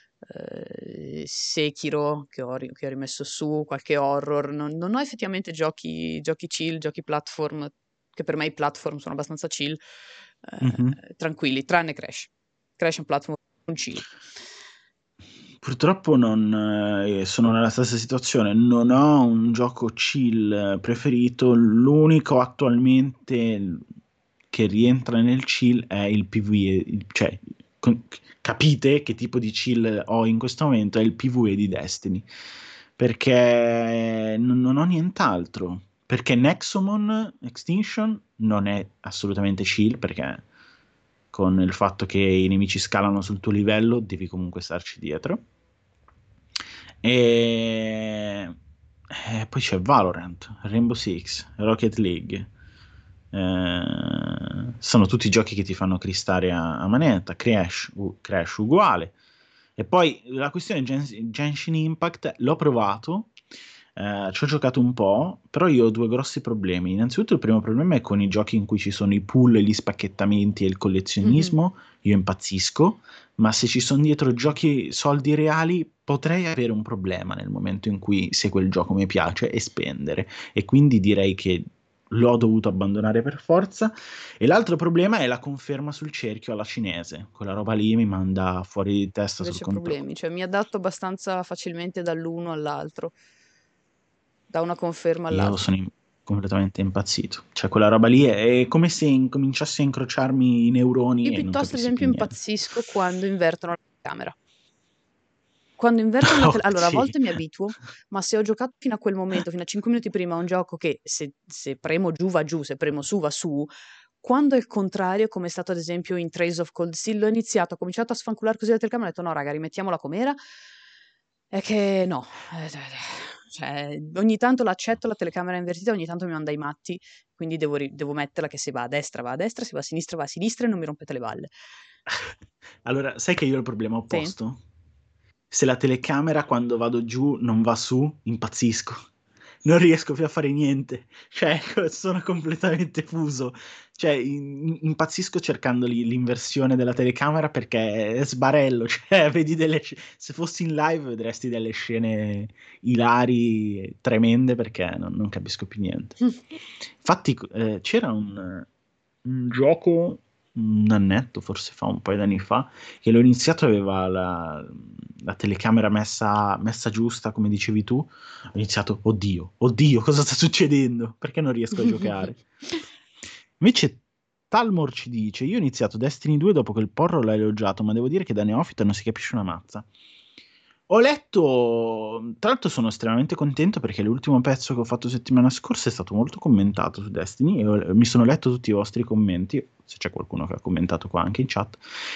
Sekiro che ho rimesso su, qualche horror, non ho effettivamente giochi chill, giochi platform, che per me i platform sono abbastanza chill, Mhm. tranquilli, tranne Crash. Crash è un platform non chill. Purtroppo non, sono nella stessa situazione, non ho un gioco chill preferito, l'unico attualmente che rientra nel chill è il PvE, cioè capite che tipo di chill ho in questo momento, è il PvE di Destiny, perché non ho nient'altro, perché Nexomon Extinction non è assolutamente chill, perché con il fatto che i nemici scalano sul tuo livello, devi comunque starci dietro. E poi c'è Valorant, Rainbow Six, Rocket League. Sono tutti giochi che ti fanno cristare a manetta. Crash uguale. E poi la questione Genshin Impact l'ho provato, ci ho giocato un po', però io ho due grossi problemi. Innanzitutto il primo problema è con i giochi in cui ci sono i pool, gli spacchettamenti e il Mhm. collezionismo, io impazzisco, ma se ci sono dietro giochi soldi reali potrei avere un problema nel momento in cui se quel gioco mi piace e spendere, e quindi direi che l'ho dovuto abbandonare per forza. E l'altro problema è la conferma sul cerchio alla cinese. Quella roba lì mi manda fuori di testa sul Invece controllo. problemi, cioè mi adatto abbastanza facilmente dall'uno all'altro, da una conferma Io all'altra. sono completamente impazzito. Cioè, quella roba lì è come se incominciassi a incrociarmi i Io neuroni e non piuttosto, ad capissi esempio, più niente. impazzisco quando invertono la camera. Quando invertono la Oh, allora a sì. volte mi abituo, ma se ho giocato fino a quel momento, fino a 5 minuti prima, a un gioco che se premo giù va giù, se premo su va su, quando è il contrario, come è stato ad esempio in Trails of Cold Steel, ho cominciato a sfanculare così la telecamera, ho detto: "No raga, rimettiamola com'era". È che no, cioè ogni tanto l'accetto la telecamera invertita, ogni tanto mi manda i matti, quindi devo metterla che se va a destra, se va a sinistra e non mi rompete le balle. Allora, sai che io ho il problema Sì? opposto? Se la telecamera quando vado giù non va su, impazzisco. Non riesco più a fare niente. Cioè, sono completamente fuso. Cioè, impazzisco cercando l'inversione della telecamera perché è sbarello. Cioè, vedi se fossi in live vedresti delle scene ilari, tremende, perché non capisco più niente. Infatti, c'era un gioco un annetto, forse fa un paio d'anni fa, che l'ho iniziato, aveva la telecamera messa giusta, come dicevi tu. Ho iniziato, oddio, oddio, cosa sta succedendo? Perché non riesco a giocare? Invece Talmor ci dice: io ho iniziato Destiny 2 dopo che il porro l'ha elogiato, ma devo dire che da neofita non si capisce una mazza. Ho letto, tra l'altro sono estremamente contento perché l'ultimo pezzo che ho fatto settimana scorsa è stato molto commentato su Destiny e mi sono letto tutti i vostri commenti, se c'è qualcuno che ha commentato qua anche in chat,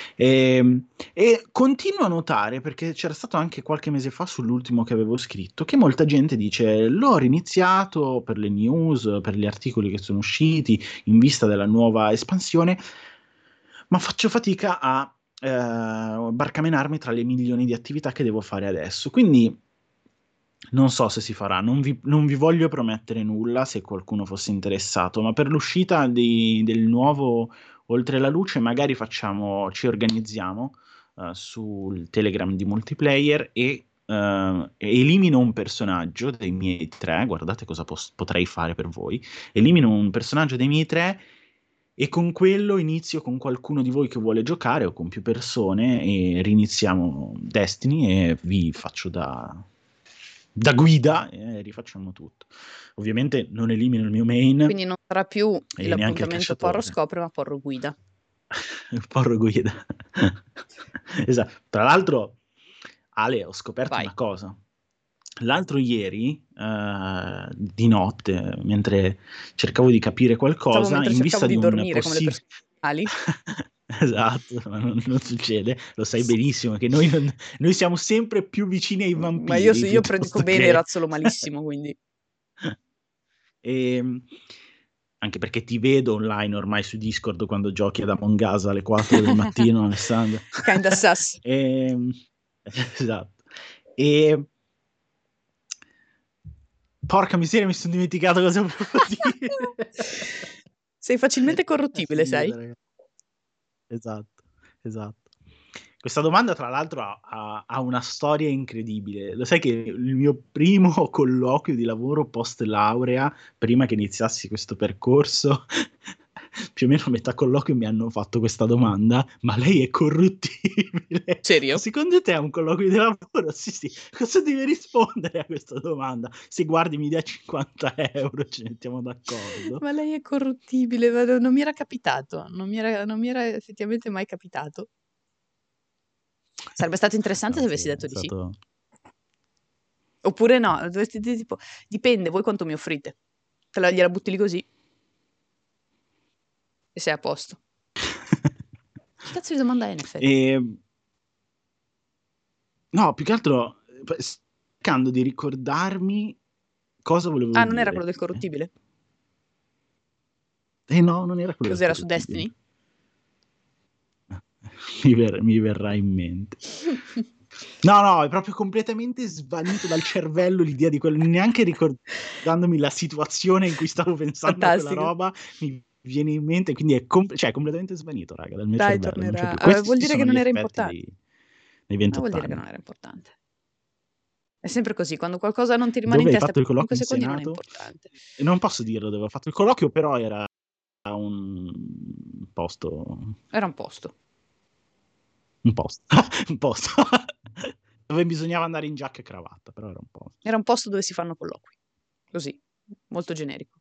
e continuo a notare, perché c'era stato anche qualche mese fa sull'ultimo che avevo scritto, che molta gente dice l'ho riniziato per le news, per gli articoli che sono usciti in vista della nuova espansione, ma faccio fatica a barcamenarmi tra le milioni di attività che devo fare adesso. Quindi non so se si farà, non vi voglio promettere nulla se qualcuno fosse interessato, ma per l'uscita del nuovo Oltre la Luce magari ci organizziamo sul Telegram di multiplayer e elimino un personaggio dei miei tre, guardate cosa potrei fare per voi, elimino un personaggio dei miei tre e con quello inizio con qualcuno di voi che vuole giocare o con più persone e riniziamo Destiny e vi faccio da guida e rifacciamo tutto. Ovviamente non elimino il mio main Quindi non sarà più e neanche il l'appuntamento Porro cacciatore. scopre, ma Porro guida. Porro guida. Esatto. Tra l'altro, Ale, ho scoperto Vai. una cosa. L'altro ieri, di notte, mentre cercavo di capire Stavo qualcosa, mentre in cercavo vista di di un dormire come le possibile... persone normali. Esatto, ma non succede, lo sai benissimo che noi siamo sempre più vicini ai Ma io, vampiri io predico piuttosto bene e che... razzolo malissimo, quindi E, anche perché ti vedo online ormai su Discord quando giochi ad Among Us alle 4 del mattino, Alessandro. kinda sus. E, esatto. E porca miseria, mi sono dimenticato cosa volevo dire. Sei facilmente corruttibile, Sì, sai? ragazzi. Esatto, esatto. Questa domanda, tra l'altro, ha una storia incredibile. Lo sai che il mio primo colloquio di lavoro post laurea, prima che iniziassi questo percorso, più o meno a metà colloquio mi hanno fatto questa domanda: ma lei è corruttibile? Serio? Secondo te è un colloquio di lavoro? Sì, sì. Cosa devi rispondere a questa domanda? Se guardi mi dia 50 euro, ci mettiamo d'accordo. Ma lei è corruttibile, ma non mi era capitato, non mi era effettivamente mai capitato. Sarebbe stato interessante No, se sì, avessi è detto di sì. stato... Oppure no, dovresti dire tipo, dipende, voi quanto mi offrite? Gliela butti lì così e sei a posto. Che cazzo di domanda è in effetti? E... No, più che altro cercando di ricordarmi cosa volevo Ah, non era dire. quello del corruttibile? No, non era quello del Cos'era su corruttibile. Destiny? Mi verrà in mente. No, è proprio completamente svanito dal cervello l'idea di quello, neanche ricordandomi la situazione in cui stavo pensando a quella Fantastico. roba, mi viene in mente, quindi cioè, completamente svanito, raga, dal mio Dai, cervello, non c'è tornerà. più. Vuol Questi dire che sono non gli era effetti importante. dei Vuol 28 dire che anni. non era importante. È sempre così, quando qualcosa non ti rimane in Dove hai testa fatto per il 5 colloquio in secondi non è Senato? importante. E non posso dirlo dove ho fatto il colloquio, però era un posto, Era un posto. un posto, un posto, dove bisognava andare in giacca e cravatta, però era un posto. Era un posto dove si fanno colloqui. Così, molto generico.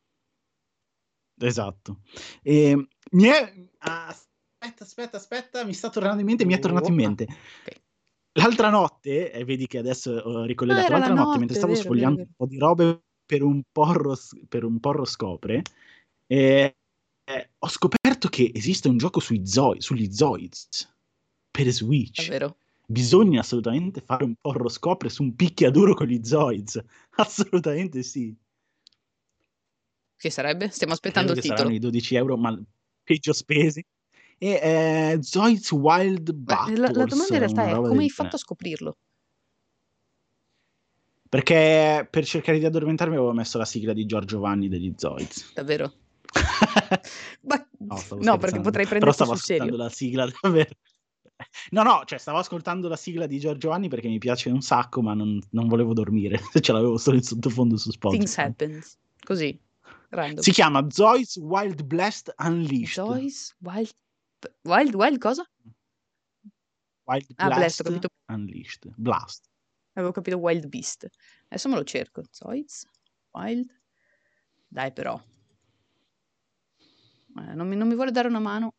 Esatto. E mi è... aspetta, mi sta tornando in mente, mi è tornato in Ah, mente. ok. L'altra notte, e vedi che adesso ho Ah, ricollegato, era la l'altra notte mentre notte, è stavo vero, è vero, è sfogliando un vero. po' di robe per un porro scopre, eh, ho scoperto che esiste un gioco sugli Zoids per Switch. Davvero? Bisogna assolutamente fare un porro scopre su un picchiaduro con gli Zoids. Assolutamente sì. Che sarebbe? Stiamo aspettando Credo il che saranno titolo. i 12 euro, ma peggio spesi. E Zoids Wild Ma la Battles, domanda in realtà una è roba come del hai fatto a genere. scoprirlo? Perché per cercare di addormentarmi avevo messo la sigla di Giorgio Vanni degli Zoids. Davvero? Ma No, stavo no, perché scherzando. potrei Però prenderti stavo sul serio. ascoltando la sigla davvero. No, cioè stavo ascoltando la sigla di Giorgio Vanni perché mi piace un sacco, ma non volevo dormire. Ce l'avevo solo in sottofondo su Things Spotify. happens. Così, random. Si chiama Zoids Wild Blast Unleashed. Zois, Wild cosa? Wild Ah, Blast, ho Blast capito. Unleashed. Blast. Avevo capito Wild Beast. Adesso me lo cerco. Zoids, Wild. Dai però. non mi vuole dare una mano.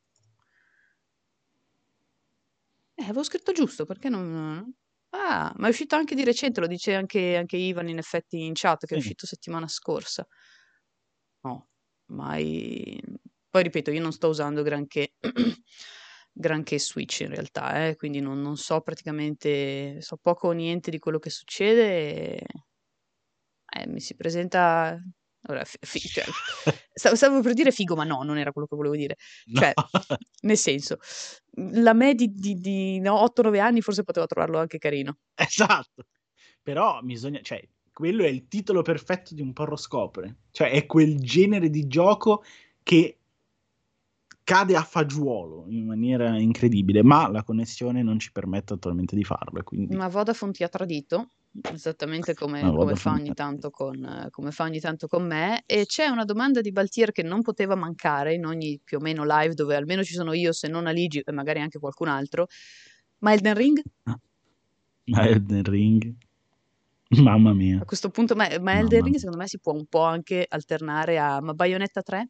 Avevo scritto giusto, perché non... Ah, ma è uscito anche di recente, lo dice anche Ivan in effetti in chat, che è Sì. uscito settimana scorsa. No, mai... Poi ripeto, io non sto usando granché, granché Switch in realtà, quindi non so praticamente, so poco o niente di quello che succede mi si presenta... Ora, cioè, stavo per dire figo, ma no, non era quello che volevo dire. No. Cioè, nel senso, la me di no, 8-9 anni forse poteva trovarlo anche carino. Esatto. Però bisogna, cioè, quello è il titolo perfetto di un porro scopre. Cioè, è quel genere di gioco che cade a fagiolo in maniera incredibile, ma la connessione non ci permette attualmente di farlo, e quindi Ma Vodafone ti ha tradito, esattamente no, come fa ogni tanto come fa ogni tanto con me. E c'è una domanda di Baltier che non poteva mancare in ogni più o meno live dove almeno ci sono io, se non Aligi e magari anche qualcun altro. Ma Elden Ring? Elden Ring, mamma mia. A questo punto, ma Elden Mamma Ring mia. secondo me si può un po' anche alternare a ma Bayonetta 3?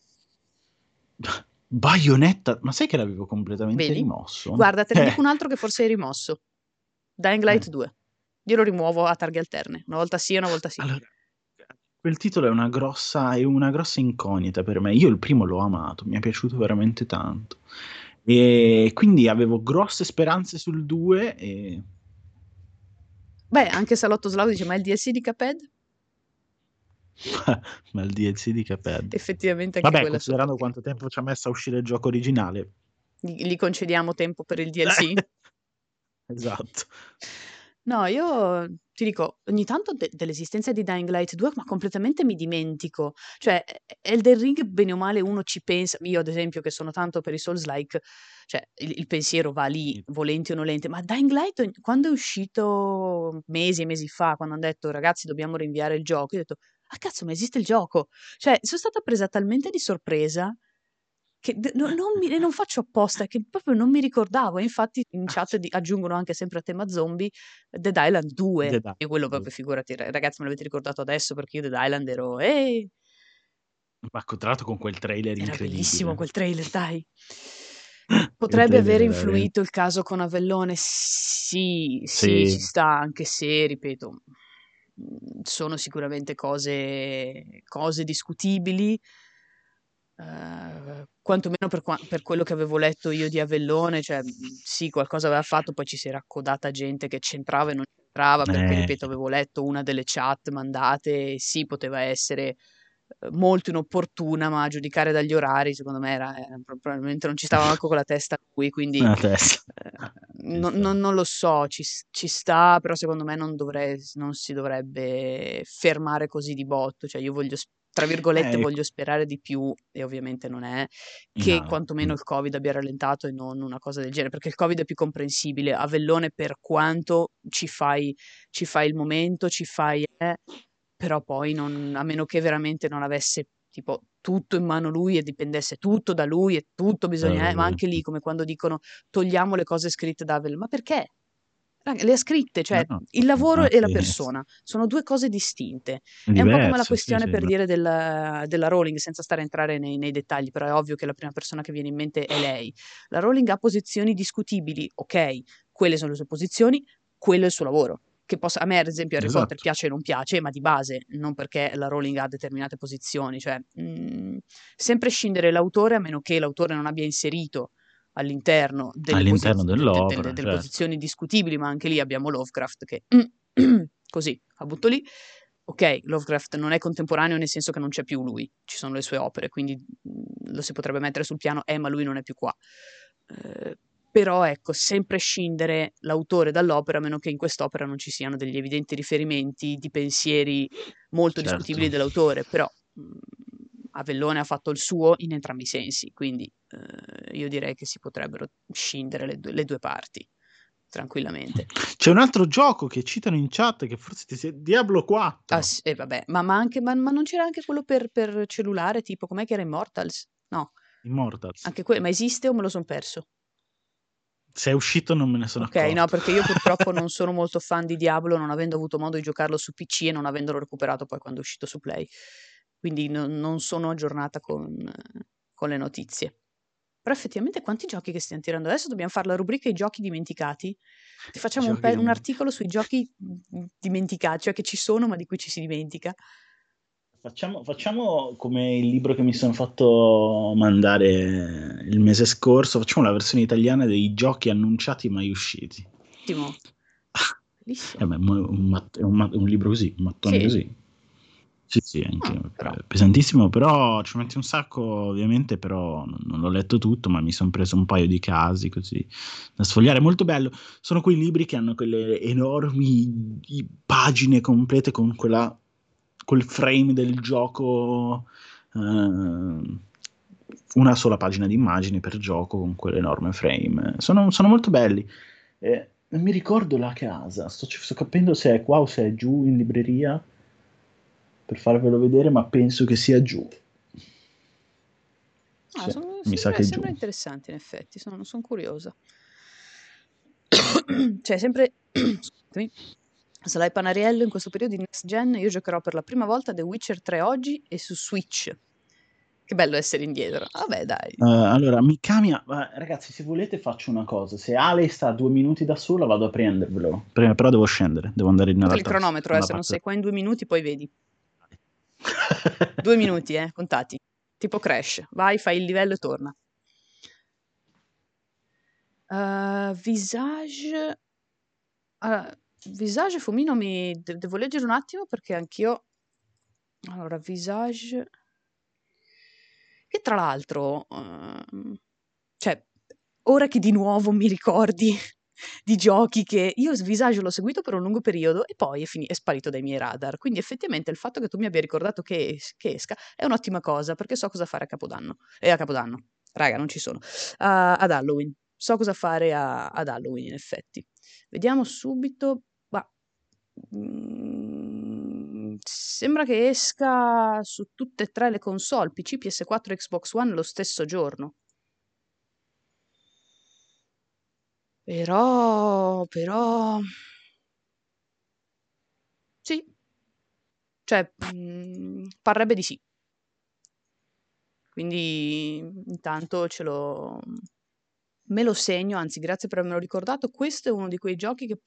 Bayonetta, ma sai che l'avevo completamente Vedi? rimosso? Guarda, te ne dico un altro che forse hai rimosso. Dying Eh, Light 2. Io lo rimuovo a targhe alterne. Una volta sì e una volta sì. allora, quel titolo è una grossa incognita per me. Io il primo l'ho amato, mi è piaciuto veramente tanto. E quindi avevo grosse speranze sul 2 e... Beh, anche Salotto Slavo dice, ma il DLC di Cuphead? ma il DLC di Cuphead. Effettivamente anche Vabbè, quella sotto. considerando quanto tempo ci ha messo a uscire il gioco originale. Gli concediamo tempo per il DLC? Esatto. No, io ti dico, ogni tanto dell'esistenza di Dying Light 2, ma completamente mi dimentico. Cioè, Elden Ring, bene o male, uno ci pensa. Io, ad esempio, che sono tanto per i Souls-like, cioè, il pensiero va lì, volenti o nolenti. Ma Dying Light, quando è uscito mesi e mesi fa, quando hanno detto, ragazzi, dobbiamo rinviare il gioco, io ho detto, ah cazzo, ma esiste il gioco? Cioè, sono stata presa talmente di sorpresa che non faccio apposta, che proprio non mi ricordavo. E infatti in chat aggiungono anche sempre a tema zombie Dead Island 2. Dead E quello Island. proprio figurati, ragazzi, me l'avete ricordato adesso perché io Dead Island ero... Ehi! Ma tra l'altro con quel trailer Era bellissimo incredibile. quel trailer, dai. Quel Potrebbe trailer aver era veramente... influito il caso con Avellone? Sì, sì, ci Sì, sta, anche se, ripeto, sono sicuramente cose discutibili. Quantomeno per quello che avevo letto io di Avellone, cioè sì, qualcosa aveva fatto, poi ci si era accodata gente che c'entrava e non c'entrava, perché ripeto, avevo letto una delle chat mandate, e sì, poteva essere molto inopportuna, ma a giudicare dagli orari, secondo me probabilmente non ci stava manco con la testa lui, quindi la testa. Ci sta. non lo so, ci sta, però secondo me non si dovrebbe fermare così di botto, cioè io voglio, tra virgolette, Ecco. voglio sperare di più, e ovviamente non è, che No, quantomeno il Covid abbia rallentato e non una cosa del genere, perché il Covid è più comprensibile. Avellone, per quanto ci fai il momento, però poi a meno che veramente non avesse tipo tutto in mano lui e dipendesse tutto da lui e tutto bisogna, ma anche lì come quando dicono togliamo le cose scritte da Havel, ma perché? Raga, le ha scritte, cioè no, il lavoro e la sì. persona sono due cose distinte. È un po' come la Diverso, sì, questione sì. per dire della Rowling, senza stare a entrare nei dettagli, però è ovvio che la prima persona che viene in mente è lei. La Rowling ha posizioni discutibili, ok, quelle sono le sue posizioni, quello è il suo lavoro. A me, ad esempio, Harry Potter Esatto. piace o non piace, ma di base, non perché la Rowling ha determinate posizioni, cioè sempre scindere l'autore a meno che l'autore non abbia inserito all'interno All'interno dell'opera, delle certo. posizioni discutibili, ma anche lì abbiamo Lovecraft che così, la butto lì. Ok, Lovecraft non è contemporaneo nel senso che non c'è più lui, ci sono le sue opere, quindi lo si potrebbe mettere sul piano, ma lui non è più qua. Eh, Però ecco, sempre scindere l'autore dall'opera, a meno che in quest'opera non ci siano degli evidenti riferimenti di pensieri molto Certo. discutibili dell'autore, però Avellone ha fatto il suo in entrambi i sensi, quindi io direi che si potrebbero scindere le due parti tranquillamente. C'è un altro gioco che citano in chat che forse ti sia... Diablo Ah, 4. sì, vabbè, ma anche, ma non c'era anche quello per cellulare, tipo, com'è che era Immortals? No, Immortals. anche quello, ma esiste o me lo son perso? Se è uscito non me ne sono Ok, no, accorto. perché io purtroppo non sono molto fan di Diablo, non avendo avuto modo di giocarlo su PC e non avendolo recuperato poi quando è uscito su Play. Quindi non sono aggiornata con... con le notizie. Però effettivamente quanti giochi che stiamo tirando adesso? Dobbiamo fare la rubrica i giochi dimenticati. Ti facciamo un articolo sui giochi dimenticati, cioè che ci sono ma di cui ci si dimentica. Facciamo come il libro che mi sono fatto mandare il mese scorso, facciamo la versione italiana dei giochi annunciati mai usciti. Ottimo. Bellissimo. Beh, è un libro così, un mattone Sì? così. Sì, anche Però. pesantissimo, però ci metti un sacco ovviamente, però non l'ho letto tutto, ma mi sono preso un paio di casi così da sfogliare. Molto bello, sono quei libri che hanno quelle enormi pagine complete con quel frame del gioco, una sola pagina di immagini per gioco con quell'enorme frame. Sono molto belli. Non mi ricordo la casa, sto capendo se è qua o se è giù in libreria per farvelo vedere, ma penso che sia giù. Sì, mi sa che è giù. Sembra interessante in effetti, sono curiosa. Cioè, sempre, scusami, Sly Panariello, in questo periodo di Next Gen, io giocherò per la prima volta The Witcher 3 oggi e su Switch. Che bello essere indietro. Vabbè, dai. Allora, Mikami, ragazzi, se volete faccio una cosa. Se Ale sta 2 minuti da sola, vado a prendervelo. Però devo scendere, devo andare Tutto il nell'altra cronometro, nella se non parte. sei qua in 2 minuti, poi vedi. 2 minuti, contati. Tipo Crash. Vai, fai il livello e torna. Visage... Visage Fumino devo leggere un attimo perché anch'io... Allora, Visage... Che tra l'altro... cioè, ora che di nuovo mi ricordi di giochi che io Visage l'ho seguito per un lungo periodo e poi è sparito dai miei radar. Quindi effettivamente il fatto che tu mi abbia ricordato che esca è un'ottima cosa perché so cosa fare a Capodanno. A Capodanno. Raga, non ci sono. Ad Halloween. So cosa fare ad Halloween, in effetti. Vediamo subito. Ma sembra che esca su tutte e tre le console, PC, PS4 e Xbox One lo stesso giorno. Però, sì, cioè, parrebbe di sì. Quindi intanto me lo segno, anzi, grazie per avermelo ricordato. Questo è uno di quei giochi che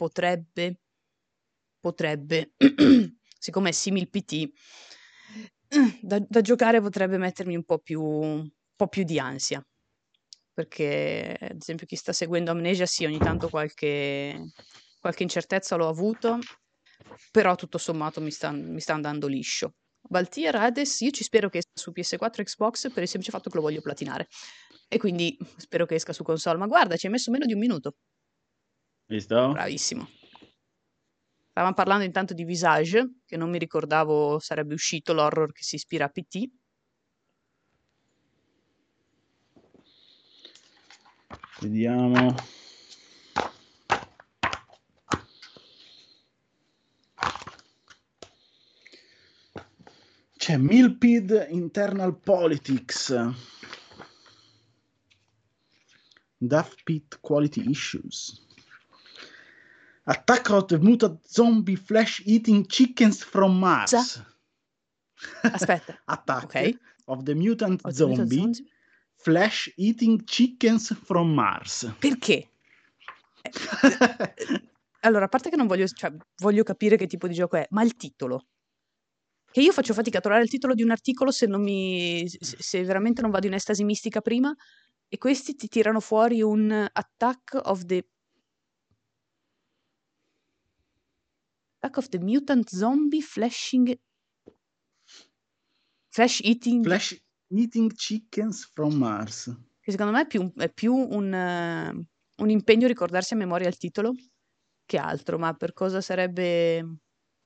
potrebbe, siccome è simil PT, da giocare potrebbe mettermi un po' più di ansia. Perché, ad esempio, chi sta seguendo Amnesia, sì, ogni tanto qualche incertezza l'ho avuto, però tutto sommato mi sta andando liscio. Valtier Hades, io ci spero che esca su PS4 e Xbox per il semplice fatto che lo voglio platinare. E quindi spero che esca su console. Ma guarda, ci hai messo meno di un minuto. Visto? Bravissimo. Stavamo parlando intanto di Visage, che non mi ricordavo sarebbe uscito l'horror che si ispira a PT. Vediamo. C'è Milpid Internal Politics. Daft Pit Quality Issues. Attack of the Mutant Zombie Flesh Eating Chickens from Mars. Aspetta. Attack Ok. of the Mutant Of the Mutant Zombie Zombie. Flesh Eating Chickens from Mars. Perché? Allora, a parte che non voglio, cioè, voglio capire che tipo di gioco è, ma il titolo. Che io faccio fatica a trovare il titolo di un articolo se veramente non vado in estasi mistica prima, e questi ti tirano fuori un Attack of the Mutant Zombie Flesh Eating, Flesh Eating Chickens from Mars. che secondo me è più un impegno ricordarsi a memoria il titolo che altro, ma per cosa sarebbe...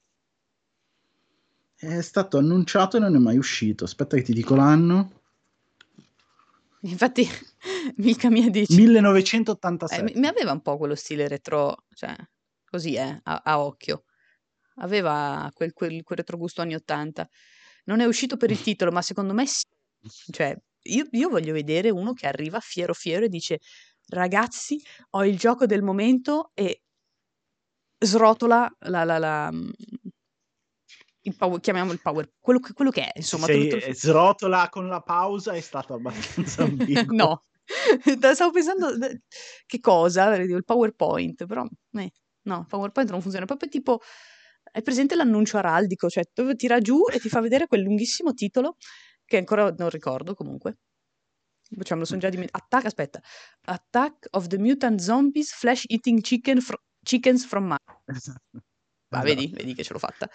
È stato annunciato e non è mai uscito. Aspetta che ti dico l'anno. Infatti Milka mi dice... mi 1987. aveva un po' quello stile retro, cioè, così, a occhio. Aveva quel retrogusto anni 80. Non è uscito per il titolo, ma secondo me sì. Cioè, io voglio vedere uno che arriva fiero fiero e dice: ragazzi, ho il gioco del momento, e srotola chiamiamolo il power, quello che è, Se insomma. sei srotola con la pausa è stato abbastanza ambiguo. No, stavo pensando che cosa, il PowerPoint, però no, il PowerPoint non funziona, è proprio tipo, hai presente l'annuncio araldico, cioè dove tira giù e ti fa vedere quel lunghissimo titolo che ancora non ricordo comunque. Cioè, me lo sono già dimenticato. Attack of the Mutant Zombies Flesh Eating Chickens from Mars. Esatto. Ah, Esatto. vedi che ce l'ho fatta.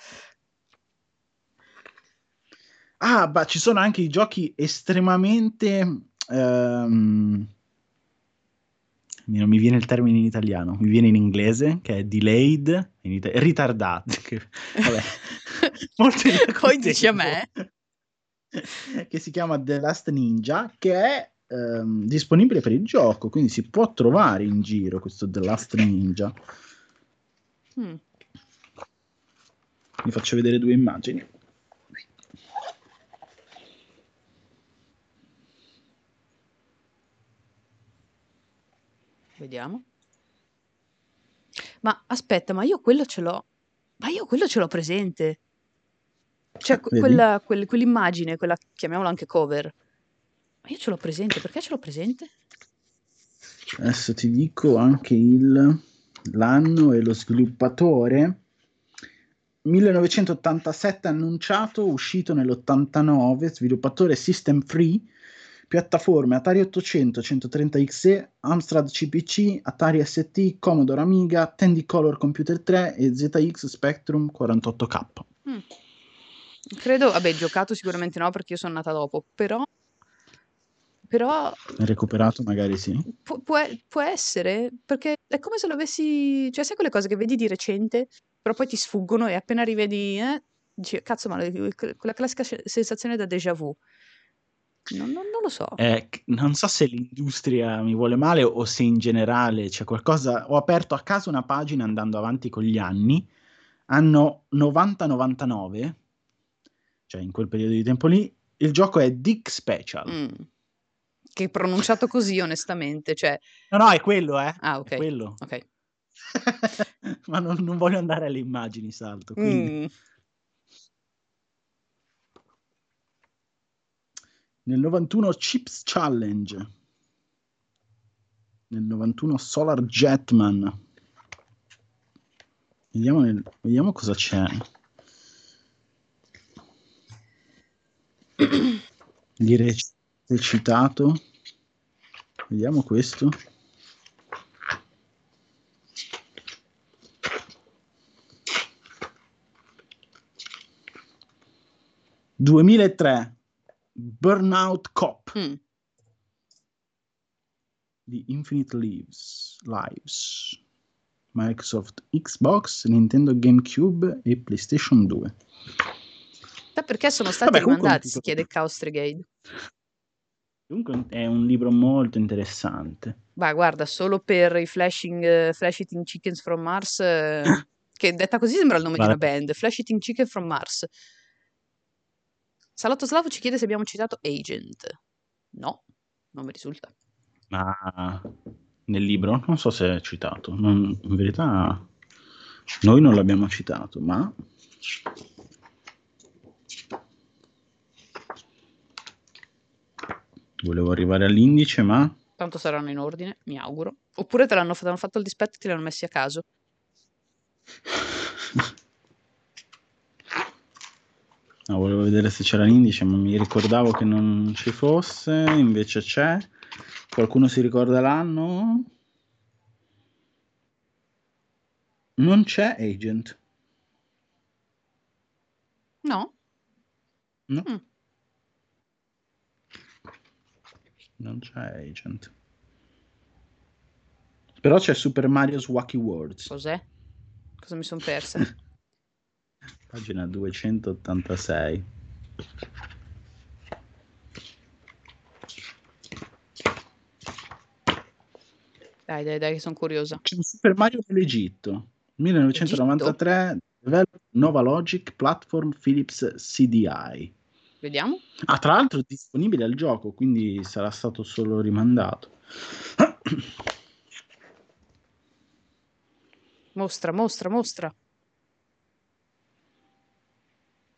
Ah, ci sono anche i giochi estremamente non mi viene il termine in italiano, mi viene in inglese, che è delayed, ritardato. Vabbè, molto in Poi dici a tempo. me. Che si chiama The Last Ninja, che è disponibile per il gioco, quindi si può trovare in giro questo The Last Ninja. Mm. Vi faccio vedere due immagini. Vediamo. Ma aspetta, ma io quello ce l'ho. Ma io quello ce l'ho presente. Cioè, Vedi? quell'immagine, quella, chiamiamola anche cover. Ma io ce l'ho presente, perché ce l'ho presente? Adesso ti dico anche l'anno e lo sviluppatore. 1987 annunciato, uscito nell'89, sviluppatore System Free, piattaforme Atari 800, 130XE, Amstrad CPC, Atari ST, Commodore Amiga, Tandy Color Computer 3 e ZX Spectrum 48K. Mm. Credo, vabbè, giocato sicuramente no, perché io sono nata dopo, però Recuperato magari sì. può essere, perché è come se l'avessi, cioè sai quelle cose che vedi di recente, però poi ti sfuggono e appena rivedi, dici, cazzo, ma quella classica sensazione da déjà vu. Non lo so. Non so se l'industria mi vuole male o se in generale c'è qualcosa. Ho aperto a caso una pagina andando avanti con gli anni, anno 90-99, cioè in quel periodo di tempo lì, il gioco è Dick Special. Mm. Che pronunciato così, onestamente, cioè... No, è quello, Ah, è ok, quello. ok. Ma non voglio andare alle immagini, salto, quindi. Mm. Nel 91 Chips Challenge. Nel 91 Solar Jetman. Vediamo cosa c'è. Di recente citato. Vediamo questo. «2003 Burnout Cop» Mm. di Infinite Lives, Microsoft Xbox, Nintendo GameCube e PlayStation 2. Sa perché sono stati Vabbè, comunque rimandati, si chiede Chaos Brigade. comunque è un libro molto interessante. Bah, guarda, solo per i Flash Eating Chickens from Mars, che detta così sembra il nome di una Guarda, band, Flash Eating Chicken from Mars. Salotto Slavo ci chiede se abbiamo citato Agent. No, non mi risulta. ma nel libro non so se è citato, in verità noi non l'abbiamo citato, ma volevo arrivare all'indice, ma Tanto saranno in ordine, mi auguro. Oppure te l'hanno fatto il dispetto e te l'hanno messi a caso. no, volevo vedere se c'era l'indice, ma mi ricordavo che non ci fosse, invece c'è. Qualcuno si ricorda l'anno? Non c'è Agent. No? No, Mm. non c'è Agent. Però c'è Super Mario's Wacky Worlds. Cos'è? Cosa mi sono persa? Pagina 286. Dai, che sono curiosa. C'è un Super Mario dell'Egitto. Egitto? 1993, Develop Nova Logic Platform Philips CDI. Vediamo. Ah, tra l'altro è disponibile al gioco, quindi sarà stato solo rimandato. Mostra.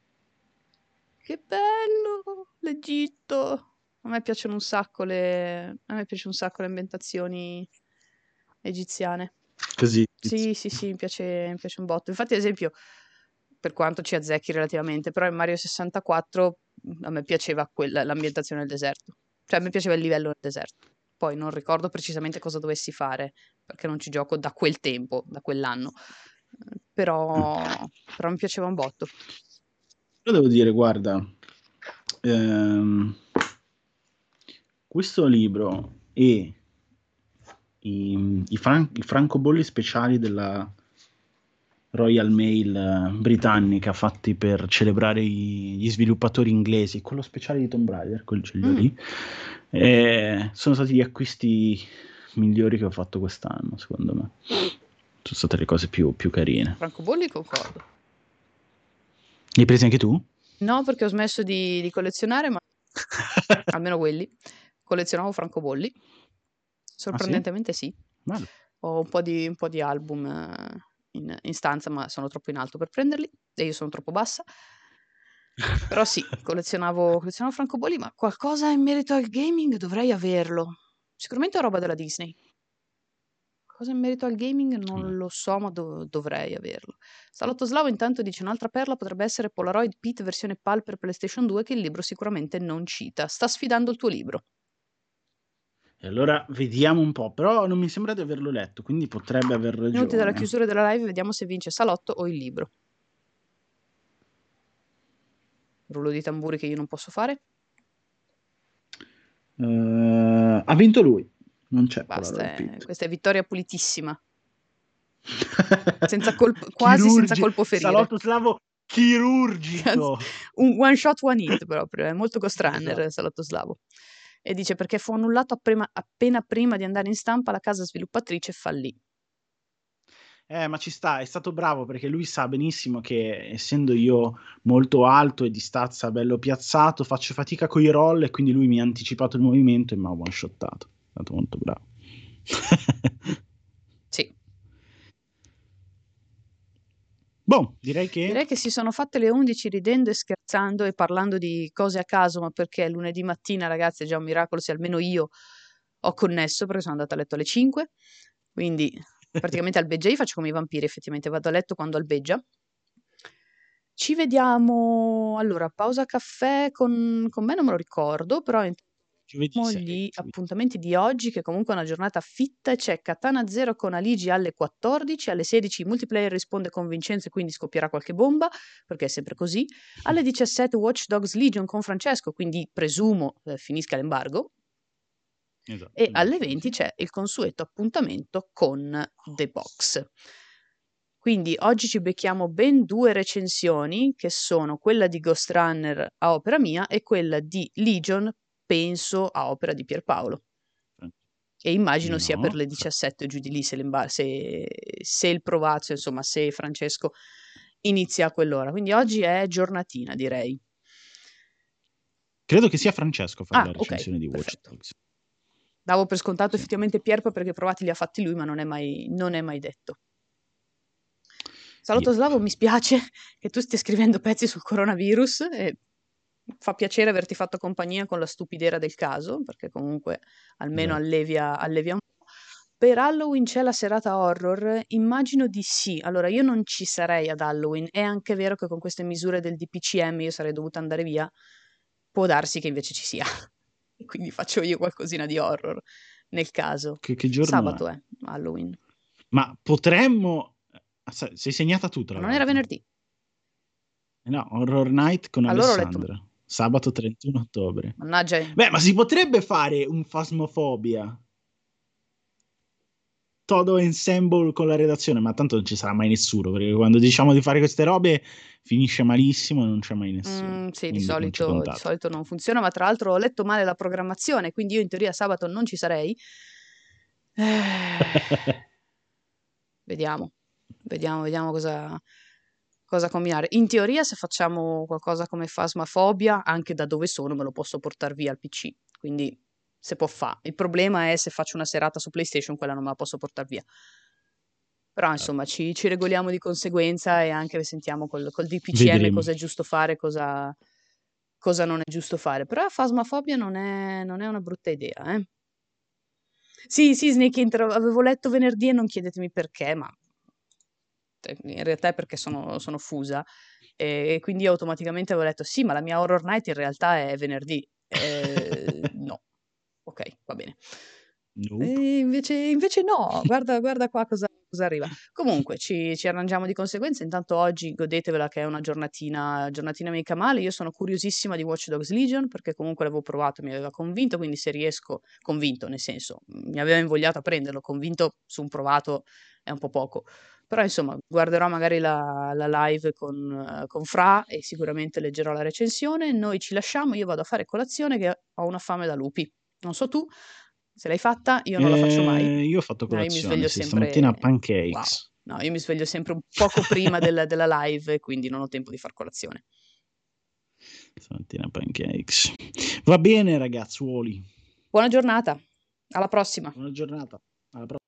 Che bello! L'Egitto! A me piacciono un sacco a me piace un sacco le ambientazioni egiziane. Così. Sì, mi piace un botto. Infatti, ad esempio, per quanto ci azzecchi relativamente, però in Mario 64 a me piaceva l'ambientazione del deserto. Cioè, a me piaceva il livello del deserto. Poi non ricordo precisamente cosa dovessi fare, perché non ci gioco da quel tempo, da quell'anno. Però mi piaceva un botto. Io devo dire, guarda, ehm, questo libro e i francobolli speciali della Royal Mail britannica fatti per celebrare gli sviluppatori inglesi, quello speciale di Tomb Raider, quel ce li ho Mm, lì, sono stati gli acquisti migliori che ho fatto quest'anno, secondo me. Sono state le cose più carine. francobolli concordo. Li hai presi anche tu? No, perché ho smesso di collezionare, ma almeno quelli. Collezionavo francobolli. Ah sì? Sorprendentemente sì. Bello. Ho un po' di album in stanza, ma sono troppo in alto per prenderli e io sono troppo bassa. Però sì, collezionavo francobolli, ma qualcosa in merito al gaming dovrei averlo. Sicuramente è roba della Disney. Cosa in merito al gaming non lo so, ma dovrei averlo. Salotto Slavo intanto dice un'altra perla potrebbe essere Polaroid Pit versione PAL per PlayStation 2 che il libro sicuramente non cita. Sta sfidando il tuo libro. E allora vediamo un po', però non mi sembra di averlo letto, quindi potrebbe aver Minuti dalla ragione. chiusura della live, vediamo se vince Salotto o il libro. Rullo di tamburi che io non posso fare. Ha vinto lui, non c'è Basta, Polaroid Pit. questa è vittoria pulitissima. Quasi senza Chirurgi, colpo ferire. salotto slavo chirurgico. Un one shot, one hit proprio, è molto Ghost Esatto. Runner Salotto Slavo. E dice perché fu annullato appena prima di andare in stampa la casa sviluppatrice fallì. Ma ci sta, è stato bravo perché lui sa benissimo che essendo io molto alto e di stazza bello piazzato, faccio fatica con i roll e quindi lui mi ha anticipato il movimento e mi ha one-shottato. È stato molto bravo. Sì. Boh, direi che Direi che si sono fatte le 11 ridendo e scherzando e parlando di cose a caso, ma perché lunedì mattina, ragazzi, è già un miracolo se almeno io ho connesso, perché sono andata a letto alle 5, quindi praticamente albeggia, io faccio come i vampiri, effettivamente, vado a letto quando albeggia. Ci vediamo, allora, pausa caffè con me non me lo ricordo, però giovedì gli 6. appuntamenti di oggi, che comunque è una giornata fitta, e c'è Katana Zero con Aligi alle 14, alle 16 il multiplayer risponde con Vincenzo e quindi scoppierà qualche bomba, perché è sempre così. Alle 17 Watch Dogs Legion con Francesco, quindi presumo finisca l'embargo. E Esatto, alle giusto 20 così. c'è il consueto appuntamento con The Box. Quindi oggi ci becchiamo ben 2 recensioni, che sono quella di Ghost Runner a opera mia e quella di Legion, penso a opera di Pierpaolo. E immagino sia per No, le 17 o giù di lì se il provazio, insomma, se Francesco inizia a quell'ora. Quindi oggi è giornatina, direi. credo che sia Francesco a fare Ah, la ok, recensione di Watch perfetto. Dogs. Davo per scontato Sì. effettivamente Pierpa perché provati li ha fatti lui, ma non è mai detto. Salotto Yep. Slavo, mi spiace che tu stia scrivendo pezzi sul coronavirus e fa piacere averti fatto compagnia con la stupidera del caso, perché comunque almeno Esatto. allevia un po'. Per Halloween c'è la serata horror? Immagino di sì. Allora, io non ci sarei ad Halloween. È anche vero che con queste misure del DPCM io sarei dovuta andare via. Può darsi che invece ci sia. E quindi faccio io qualcosina di horror nel caso. Che giorno è? Sabato è Halloween. Ma potremmo... Sei segnata tu, Ma tra non era l'altro. venerdì. No, Horror Night con Allora ho letto. Alessandra. Sabato 31 ottobre. Mannaggia. Beh, ma si potrebbe fare un Phasmophobia. Todo Ensemble con la redazione, ma tanto non ci sarà mai nessuno, perché quando diciamo di fare queste robe finisce malissimo e non c'è mai nessuno. Sì, Quindi non ci di contate. solito non funziona, ma tra l'altro ho letto male la programmazione, quindi io in teoria sabato non ci sarei. Eh, vediamo, vediamo cosa combinare. In teoria, se facciamo qualcosa come Phasmophobia, anche da dove sono me lo posso portare via al PC, quindi se può fa. Il problema è se faccio una serata su PlayStation, quella non me la posso portare via. Però insomma ci regoliamo di conseguenza e anche sentiamo col DPCM Vedremo. cosa è giusto fare, cosa non è giusto fare, però Phasmophobia non è una brutta idea, eh. Sì, sì, Snake Inter, avevo letto venerdì e non chiedetemi perché, ma in realtà è perché sono fusa e quindi automaticamente avevo detto sì, ma la mia Horror Night in realtà è venerdì. No, ok, va bene. Nope. E invece no, guarda qua cosa arriva. Comunque ci arrangiamo di conseguenza. Intanto oggi godetevela che è una giornatina mica male. Io sono curiosissima di Watch Dogs Legion perché comunque l'avevo provato, mi aveva convinto, quindi se riesco, convinto nel senso, mi aveva invogliato a prenderlo, convinto su un provato è un po' poco. Però insomma, guarderò magari la live con Fra e sicuramente leggerò la recensione. Noi ci lasciamo, io vado a fare colazione che ho una fame da lupi. Non so tu, se l'hai fatta, io non la faccio mai. Io ho fatto No, io mi colazione, sveglio sì, stamattina sempre... Wow. pancakes. No, io mi sveglio sempre un poco prima della live, quindi non ho tempo di far colazione. Stamattina pancakes. Va bene, ragazzuoli. Buona giornata, alla prossima. Buona giornata. Alla prossima.